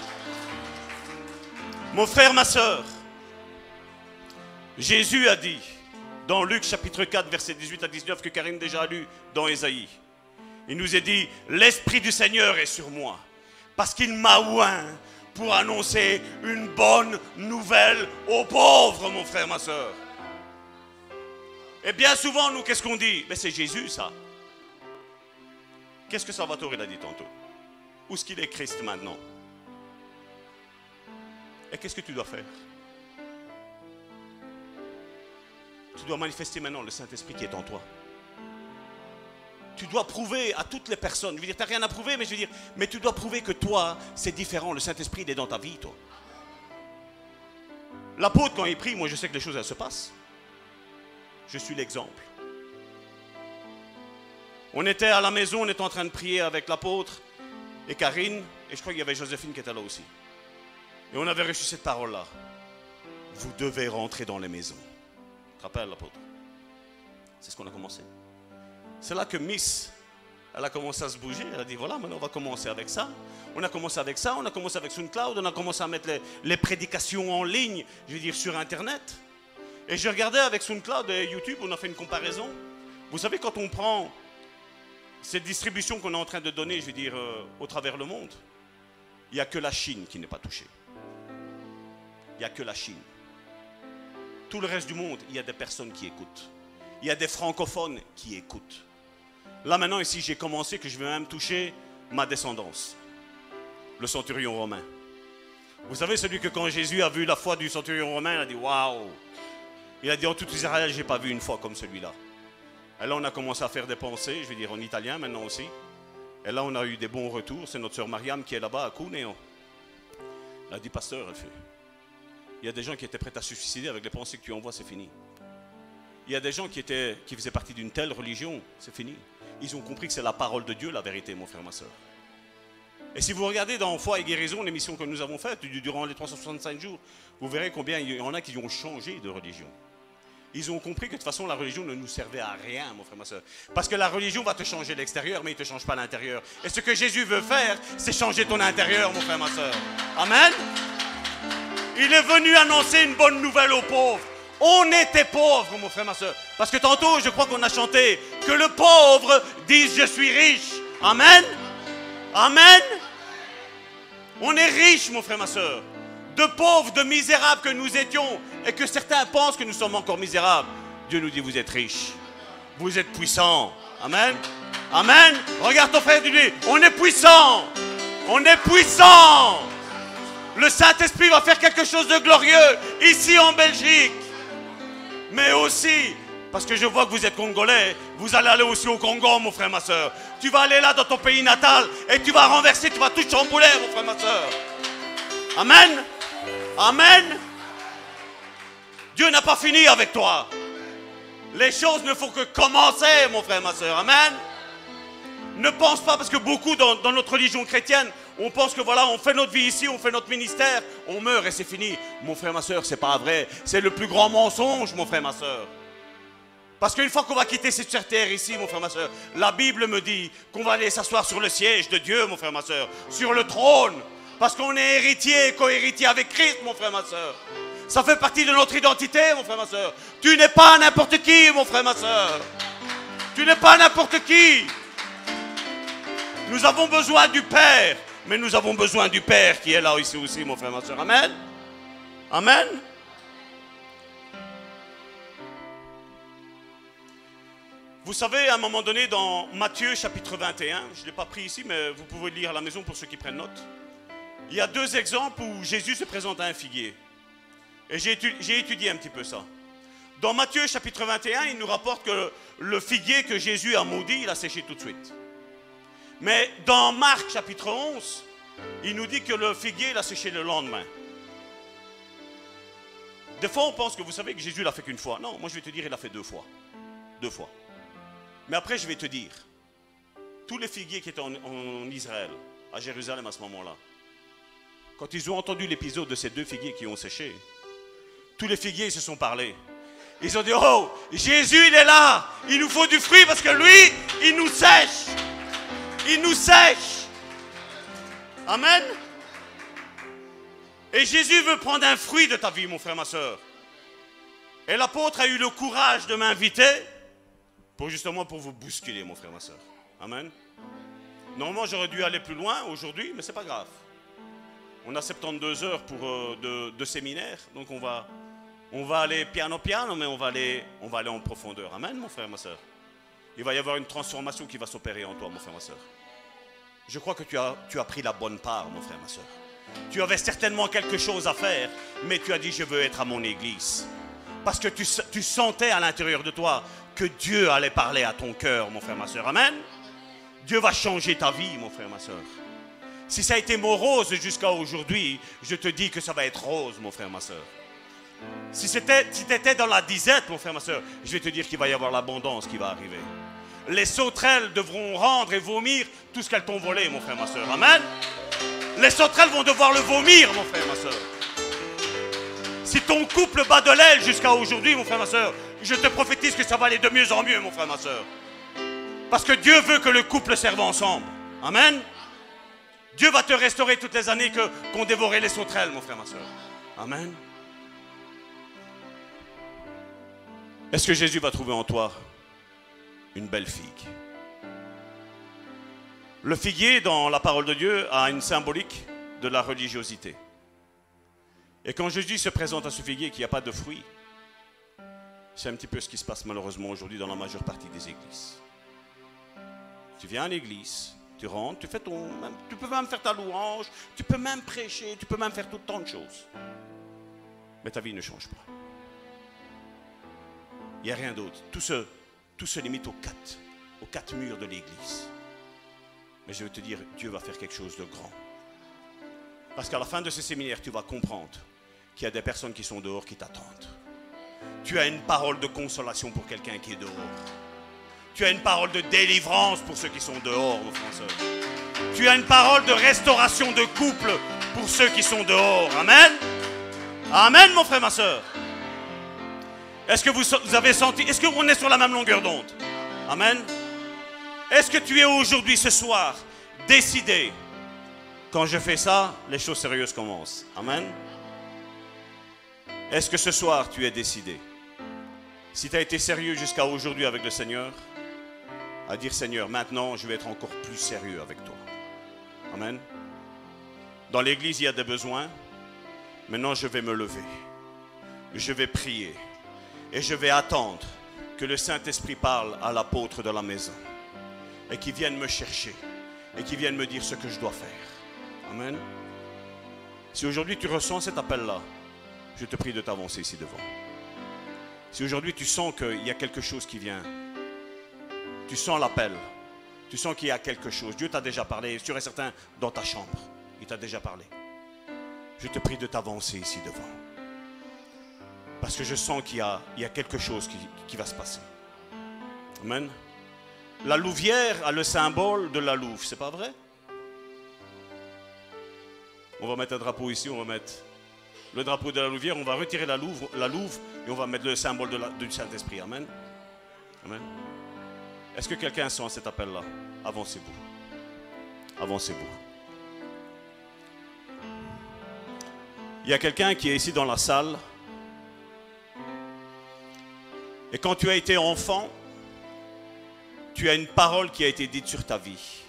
Mon frère, ma soeur, Jésus a dit dans Luc chapitre quatre, versets dix-huit à dix-neuf, que Karine déjà a lu dans Ésaïe. Il nous est dit, l'Esprit du Seigneur est sur moi, parce qu'il m'a oint pour annoncer une bonne nouvelle aux pauvres, mon frère, ma soeur. Et bien souvent, nous, qu'est-ce qu'on dit? Mais c'est Jésus, ça. Qu'est-ce que Salvatore il a dit tantôt? Où est-ce qu'il est Christ maintenant? Et qu'est-ce que tu dois faire? Tu dois manifester maintenant le Saint-Esprit qui est en toi. Tu dois prouver à toutes les personnes. Je veux dire, tu n'as rien à prouver, mais je veux dire, mais tu dois prouver que toi, c'est différent. Le Saint-Esprit, il est dans ta vie, toi. L'apôtre, quand il prie, moi, je sais que les choses, elles se passent. Je suis l'exemple. On était à la maison, on était en train de prier avec l'apôtre et Karine, et je crois qu'il y avait Joséphine qui était là aussi. Et on avait reçu cette parole-là. Vous devez rentrer dans les maisons. Tu te rappelles, l'apôtre? C'est ce qu'on a commencé. C'est là que Miss, elle a commencé à se bouger. Elle a dit, voilà, maintenant on va commencer avec ça. On a commencé avec ça, on a commencé avec SoundCloud, on a commencé à mettre les, les prédications en ligne, je veux dire, sur Internet. Et je regardais avec SoundCloud et YouTube, on a fait une comparaison. Vous savez, quand on prend cette distribution qu'on est en train de donner, je veux dire, euh, au travers le monde, il n'y a que la Chine qui n'est pas touchée. Il n'y a que la Chine. Tout le reste du monde, il y a des personnes qui écoutent. Il y a des francophones qui écoutent. Là maintenant, ici, j'ai commencé que je vais même toucher ma descendance. Le centurion romain. Vous savez, celui que quand Jésus a vu la foi du centurion romain, il a dit, waouh! Il a dit, en tout Israël, je n'ai pas vu une foi comme celui-là. Et là, on a commencé à faire des pensées, je vais dire en italien maintenant aussi. Et là, on a eu des bons retours. C'est notre sœur Mariam qui est là-bas à Cuneo. Elle a dit, pasteur, elle fait. Il y a des gens qui étaient prêts à se suicider avec les pensées que tu envoies, c'est fini. Il y a des gens qui, étaient, qui faisaient partie d'une telle religion, c'est fini. Ils ont compris que c'est la parole de Dieu, la vérité, mon frère, ma soeur. Et si vous regardez dans Foi et Guérison, l'émission que nous avons faite durant les trois cent soixante-cinq jours, vous verrez combien il y en a qui ont changé de religion. Ils ont compris que de toute façon, la religion ne nous servait à rien, mon frère, ma soeur. Parce que la religion va te changer l'extérieur, mais il ne te change pas l'intérieur. Et ce que Jésus veut faire, c'est changer ton intérieur, mon frère, ma soeur. Amen. Il est venu annoncer une bonne nouvelle aux pauvres. On était pauvres, mon frère, ma soeur. Parce que tantôt, je crois qu'on a chanté que le pauvre dise je suis riche. Amen. Amen. On est riche, mon frère, ma soeur. De pauvres, de misérables que nous étions, et que certains pensent que nous sommes encore misérables. Dieu nous dit, vous êtes riches. Vous êtes puissants. Amen. Amen. Regarde ton frère, dis-lui, on est puissant. On est puissant. Le Saint-Esprit va faire quelque chose de glorieux ici en Belgique. Mais aussi, parce que je vois que vous êtes Congolais, vous allez aller aussi au Congo, mon frère, ma soeur. Tu vas aller là dans ton pays natal et tu vas renverser, tu vas tout chambouler, mon frère, ma soeur. Amen. Amen. Dieu n'a pas fini avec toi. Les choses ne font que commencer, mon frère, ma soeur. Amen. Ne pense pas, parce que beaucoup dans, dans notre religion chrétienne, on pense que voilà, on fait notre vie ici, on fait notre ministère, on meurt et c'est fini. Mon frère, ma soeur, c'est pas vrai. C'est le plus grand mensonge, mon frère, ma soeur. Parce qu'une fois qu'on va quitter cette terre ici, mon frère, ma soeur, la Bible me dit qu'on va aller s'asseoir sur le siège de Dieu, mon frère, ma soeur, sur le trône. Parce qu'on est héritier et co-héritier avec Christ, mon frère, ma soeur. Ça fait partie de notre identité, mon frère, ma soeur. Tu n'es pas n'importe qui, mon frère, ma soeur. Tu n'es pas n'importe qui. Nous avons besoin du Père, mais nous avons besoin du Père qui est là ici aussi, mon frère, ma soeur. Amen. Amen. Vous savez, à un moment donné, dans Matthieu chapitre vingt et un, je ne l'ai pas pris ici, mais vous pouvez le lire à la maison pour ceux qui prennent note. Il y a deux exemples où Jésus se présente à un figuier. Et j'ai étudié, j'ai étudié un petit peu ça. Dans Matthieu chapitre vingt et un, il nous rapporte que le figuier que Jésus a maudit, il a séché tout de suite. Mais dans Marc chapitre onze, il nous dit que le figuier l'a séché le lendemain. Des fois, on pense que vous savez que Jésus l'a fait qu'une fois. Non, moi je vais te dire, il l'a fait deux fois. Deux fois. Mais après, je vais te dire, tous les figuiers qui étaient en, en Israël, à Jérusalem à ce moment-là, quand ils ont entendu l'épisode de ces deux figuiers qui ont séché, tous les figuiers se sont parlé. Ils ont dit, oh, Jésus, il est là. Il nous faut du fruit parce que lui, il nous sèche. Il nous sèche. Amen. Et Jésus veut prendre un fruit de ta vie, mon frère, ma soeur. Et l'apôtre a eu le courage de m'inviter pour justement pour vous bousculer, mon frère, ma soeur. Amen. Normalement, j'aurais dû aller plus loin aujourd'hui, mais c'est pas grave. On a soixante-douze heures pour, euh, de, de séminaire, donc on va, on va aller piano piano, mais on va aller, on va aller en profondeur. Amen, mon frère, ma soeur. Il va y avoir une transformation qui va s'opérer en toi, mon frère, ma soeur. Je crois que tu as, tu as pris la bonne part, mon frère, ma soeur. Tu avais certainement quelque chose à faire, mais tu as dit, je veux être à mon église. Parce que tu, tu sentais à l'intérieur de toi que Dieu allait parler à ton cœur, mon frère, ma soeur. Amen. Dieu va changer ta vie, mon frère, ma soeur. Si ça a été morose jusqu'à aujourd'hui, je te dis que ça va être rose, mon frère, ma soeur. Si tu si étais dans la disette, mon frère, ma soeur, je vais te dire qu'il va y avoir l'abondance qui va arriver. Les sauterelles devront rendre et vomir tout ce qu'elles t'ont volé, mon frère, ma soeur. Amen. Les sauterelles vont devoir le vomir, mon frère, ma soeur. Si ton couple bat de l'aile jusqu'à aujourd'hui, mon frère, ma soeur, je te prophétise que ça va aller de mieux en mieux, mon frère, ma soeur. Parce que Dieu veut que le couple serve ensemble. Amen. Dieu va te restaurer toutes les années que, qu'ont dévoré les sauterelles, mon frère, ma soeur. Amen. Est-ce que Jésus va trouver en toi une belle figue? Le figuier, dans la parole de Dieu, a une symbolique de la religiosité. Et quand Jésus se présente à ce figuier qui n'a pas de fruits, c'est un petit peu ce qui se passe malheureusement aujourd'hui dans la majeure partie des églises. Tu viens à l'église, tu rentres, tu fais ton, tu peux même faire ta louange, tu peux même prêcher, tu peux même faire tout tant de choses. Mais ta vie ne change pas. Il n'y a rien d'autre. Tout se, tout se limite aux quatre, aux quatre murs de l'église. Mais je veux te dire, Dieu va faire quelque chose de grand. Parce qu'à la fin de ce séminaire, tu vas comprendre qu'il y a des personnes qui sont dehors qui t'attendent. Tu as une parole de consolation pour quelqu'un qui est dehors. Tu as une parole de délivrance pour ceux qui sont dehors, mon frère. Tu as une parole de restauration de couple pour ceux qui sont dehors. Amen. Amen, mon frère, ma soeur. Est-ce que vous, vous avez senti, est-ce qu'on est sur la même longueur d'onde? Amen. Est-ce que tu es aujourd'hui, ce soir, décidé, quand je fais ça, les choses sérieuses commencent? Amen. Est-ce que ce soir, tu es décidé? Si tu as été sérieux jusqu'à aujourd'hui avec le Seigneur, à dire, Seigneur, maintenant, je vais être encore plus sérieux avec toi. Amen. Dans l'église, il y a des besoins. Maintenant, je vais me lever. Je vais prier. Et je vais attendre que le Saint-Esprit parle à l'apôtre de la maison. Et qu'il vienne me chercher. Et qu'il vienne me dire ce que je dois faire. Amen. Si aujourd'hui, tu ressens cet appel-là, je te prie de t'avancer ici devant. Si aujourd'hui, tu sens qu'il y a quelque chose qui vient, tu sens l'appel, tu sens qu'il y a quelque chose. Dieu t'a déjà parlé, sûr et certain, dans ta chambre. Il t'a déjà parlé. je te prie de t'avancer ici devant. Parce que je sens qu'il y a, il y a quelque chose qui, qui va se passer. Amen. La louvière a le symbole de la louve, c'est pas vrai? On va mettre un drapeau ici, on va mettre le drapeau de la louvière, on va retirer la louve, la louve et on va mettre le symbole de la, du Saint-Esprit. Amen. Amen. Est-ce que quelqu'un sent cet appel-là? Avancez-vous. Avancez-vous. Il y a quelqu'un qui est ici dans la salle. Et quand tu as été enfant, tu as une parole qui a été dite sur ta vie.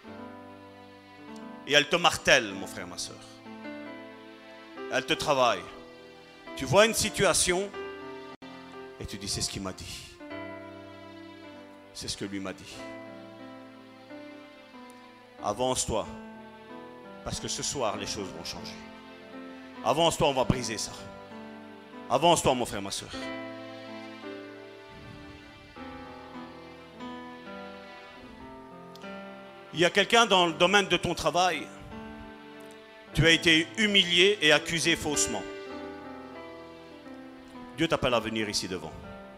Et elle te martèle, mon frère, ma soeur. Elle te travaille. Tu vois une situation et tu dis, c'est ce qu'il m'a dit. C'est ce que lui m'a dit. Avance-toi. Parce que ce soir, les choses vont changer. Avance-toi, on va briser ça. Avance-toi, mon frère, ma soeur. Il y a quelqu'un dans le domaine de ton travail. Tu as été humilié et accusé faussement. Dieu t'appelle à venir ici devant.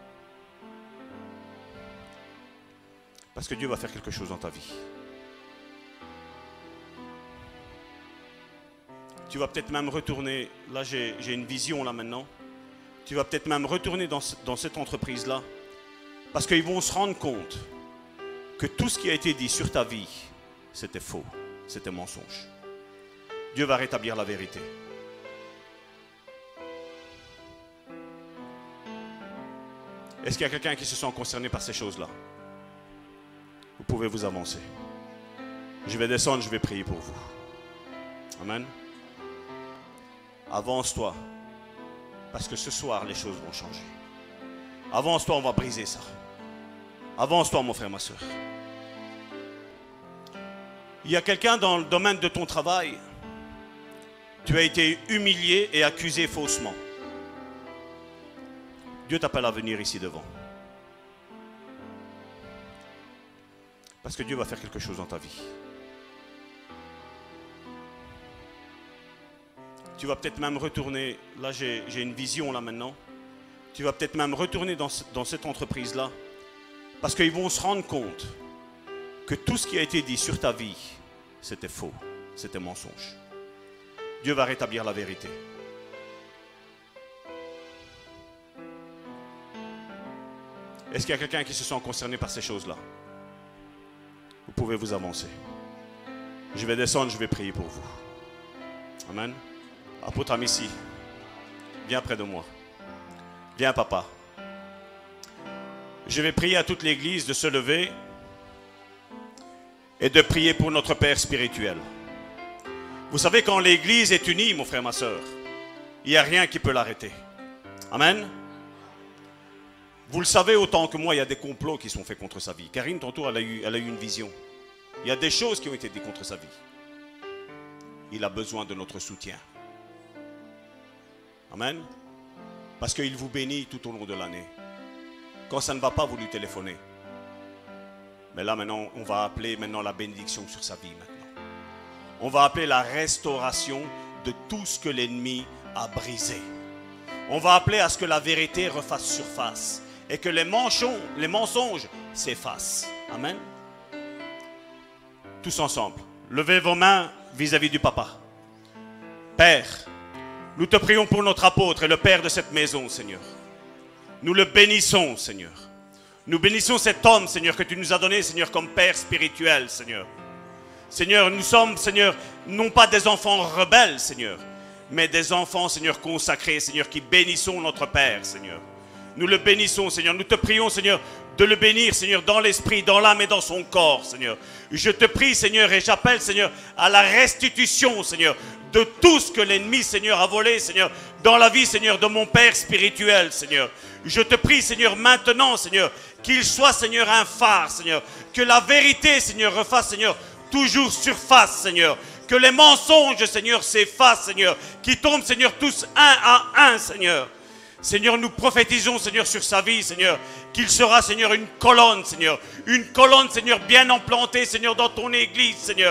Parce que Dieu va faire quelque chose dans ta vie. Tu vas peut-être même retourner, là j'ai, j'ai une vision là maintenant. Tu vas peut-être même retourner dans, dans cette entreprise-là. Parce qu'ils vont se rendre compte que tout ce qui a été dit sur ta vie, c'était faux, c'était mensonge. Dieu va rétablir la vérité. Est-ce qu'il y a quelqu'un qui se sent concerné par ces choses-là? Vous pouvez vous avancer. Je vais descendre, je vais prier pour vous. Amen. Avance-toi. Parce que ce soir, les choses vont changer. Avance-toi, on va briser ça. Avance-toi, mon frère, ma soeur. Il y a quelqu'un dans le domaine de ton travail. Tu as été humilié et accusé faussement. Dieu t'appelle à venir ici devant. Parce que Dieu va faire quelque chose dans ta vie. Tu vas peut-être même retourner, là j'ai, j'ai une vision là maintenant. Tu vas peut-être même retourner dans, dans cette entreprise-là. Parce qu'ils vont se rendre compte que tout ce qui a été dit sur ta vie, c'était faux, c'était mensonge. Dieu va rétablir la vérité. Est-ce qu'il y a quelqu'un qui se sent concerné par ces choses-là? Vous pouvez vous avancer. Je vais descendre, je vais prier pour vous. Amen. Apôtre Amici, viens près de moi. Viens, papa. Je vais prier à toute l'église de se lever et de prier pour notre Père spirituel. Vous savez, quand l'église est unie, mon frère, ma soeur, il n'y a rien qui peut l'arrêter. Amen. Vous le savez autant que moi, il y a des complots qui sont faits contre sa vie. Karine, tantôt, elle a eu, elle a eu une vision. Il y a des choses qui ont été dites contre sa vie. Il a besoin de notre soutien. Amen. Parce qu'il vous bénit tout au long de l'année. Quand ça ne va pas, vous lui téléphonez. Mais là, maintenant, on va appeler maintenant la bénédiction sur sa vie maintenant. On va appeler la restauration de tout ce que l'ennemi a brisé. On va appeler à ce que la vérité refasse surface. Et que les mensonges, les mensonges s'effacent. Amen. Tous ensemble, levez vos mains vis-à-vis du papa. Père, nous te prions pour notre apôtre et le père de cette maison, Seigneur. Nous le bénissons, Seigneur. Nous bénissons cet homme, Seigneur, que tu nous as donné, Seigneur, comme père spirituel, Seigneur. Seigneur, nous sommes, Seigneur, non pas des enfants rebelles, Seigneur, mais des enfants, Seigneur, consacrés, Seigneur, qui bénissons notre Père, Seigneur. Nous le bénissons, Seigneur. Nous te prions, Seigneur, de le bénir, Seigneur, dans l'esprit, dans l'âme et dans son corps, Seigneur. Je te prie, Seigneur, et j'appelle, Seigneur, à la restitution, Seigneur, de tout ce que l'ennemi, Seigneur, a volé, Seigneur, dans la vie, Seigneur, de mon Père spirituel, Seigneur. Je te prie, Seigneur, maintenant, Seigneur, qu'il soit, Seigneur, un phare, Seigneur. Que la vérité, Seigneur, refasse, Seigneur, toujours surface, Seigneur. Que les mensonges, Seigneur, s'effacent, Seigneur. Qui tombent, Seigneur, tous un à un, Seigneur. Seigneur, nous prophétisons, Seigneur, sur sa vie, Seigneur, qu'il sera, Seigneur, une colonne, Seigneur. Une colonne, Seigneur, bien implantée, Seigneur, dans ton église, Seigneur.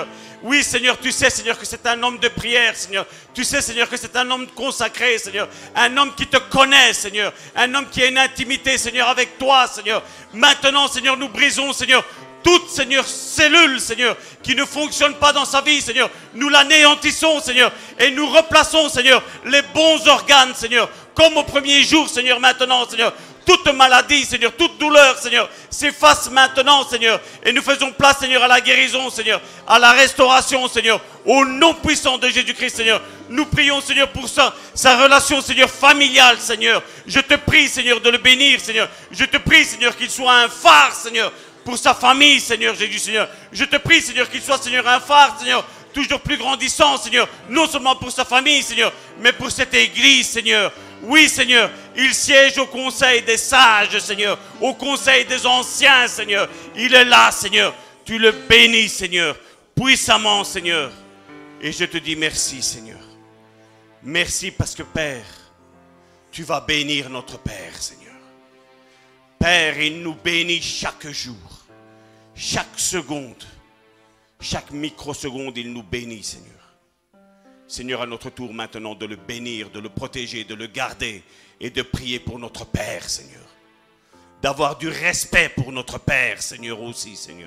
Oui, Seigneur, tu sais, Seigneur, que c'est un homme de prière, Seigneur. Tu sais, Seigneur, que c'est un homme consacré, Seigneur. Un homme qui te connaît, Seigneur. Un homme qui a une intimité, Seigneur, avec toi, Seigneur. Maintenant, Seigneur, nous brisons, Seigneur, toute, Seigneur, cellule, Seigneur, qui ne fonctionne pas dans sa vie, Seigneur. Nous l'anéantissons, Seigneur, et nous replaçons, Seigneur, les bons organes, Seigneur, comme au premier jour, Seigneur, maintenant, Seigneur. Toute maladie, Seigneur, toute douleur, Seigneur, s'efface maintenant, Seigneur. Et nous faisons place, Seigneur, à la guérison, Seigneur, à la restauration, Seigneur. Au nom puissant de Jésus-Christ, Seigneur. Nous prions, Seigneur, pour ça, sa relation, Seigneur, familiale, Seigneur. Je te prie, Seigneur, de le bénir, Seigneur. Je te prie, Seigneur, qu'il soit un phare, Seigneur, pour sa famille, Seigneur, Jésus, Seigneur. Je te prie, Seigneur, qu'il soit, Seigneur, un phare, Seigneur, toujours plus grandissant, Seigneur. Non seulement pour sa famille, Seigneur, mais pour cette église, Seigneur. Oui, Seigneur, il siège au conseil des sages, Seigneur, au conseil des anciens, Seigneur. Il est là, Seigneur. Tu le bénis, Seigneur, puissamment, Seigneur. Et je te dis merci, Seigneur. Merci parce que, Père, tu vas bénir notre Père, Seigneur. Père, il nous bénit chaque jour, chaque seconde, chaque microseconde, il nous bénit, Seigneur. Seigneur, à notre tour maintenant de le bénir, de le protéger, de le garder et de prier pour notre Père, Seigneur. D'avoir du respect pour notre Père, Seigneur, aussi, Seigneur.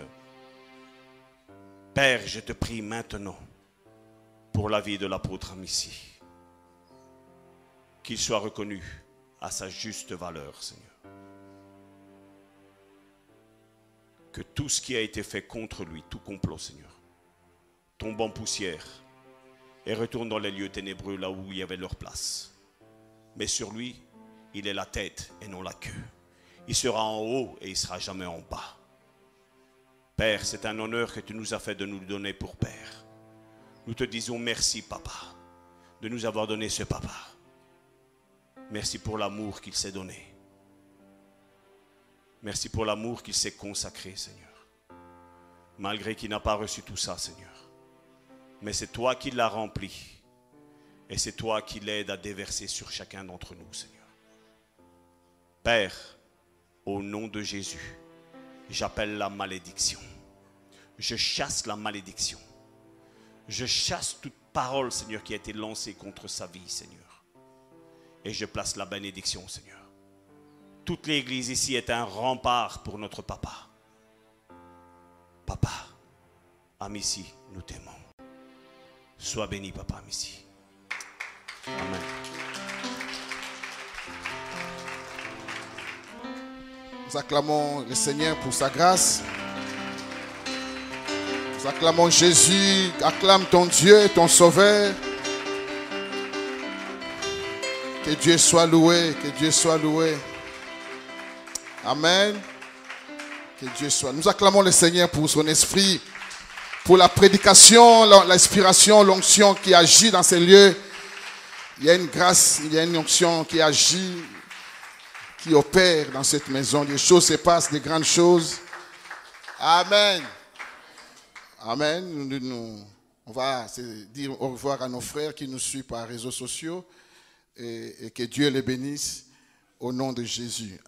Père, je te prie maintenant pour la vie de l'apôtre Amici. Qu'il soit reconnu à sa juste valeur, Seigneur. Que tout ce qui a été fait contre lui, tout complot, Seigneur, tombe en poussière et retourne dans les lieux ténébreux, là où il y avait leur place. Mais sur lui, il est la tête et non la queue. Il sera en haut et il ne sera jamais en bas. Père, c'est un honneur que tu nous as fait de nous donner pour Père. Nous te disons merci, Papa, de nous avoir donné ce Papa. Merci pour l'amour qu'il s'est donné. Merci pour l'amour qu'il s'est consacré, Seigneur. Malgré qu'il n'a pas reçu tout ça, Seigneur. Mais c'est toi qui l'as rempli. Et c'est toi qui l'aides à déverser sur chacun d'entre nous, Seigneur. Père, au nom de Jésus, j'appelle la malédiction. Je chasse la malédiction. Je chasse toute parole, Seigneur, qui a été lancée contre sa vie, Seigneur. Et je place la bénédiction, Seigneur. Toute l'église ici est un rempart pour notre papa. Papa, Amici, nous t'aimons. Sois béni, Papa Amici. Amen. Nous acclamons le Seigneur pour sa grâce. Nous acclamons Jésus. Acclame ton Dieu, ton Sauveur. Que Dieu soit loué, que Dieu soit loué. Amen. Que Dieu soit. Nous acclamons le Seigneur pour son esprit, pour la prédication, l'inspiration, l'onction qui agit dans ces lieux. Il y a une grâce, il y a une onction qui agit, qui opère dans cette maison. Des choses se passent, des grandes choses. Amen. Amen. Nous, nous, on va dire au revoir à nos frères qui nous suivent par les réseaux sociaux et, et que Dieu les bénisse au nom de Jésus.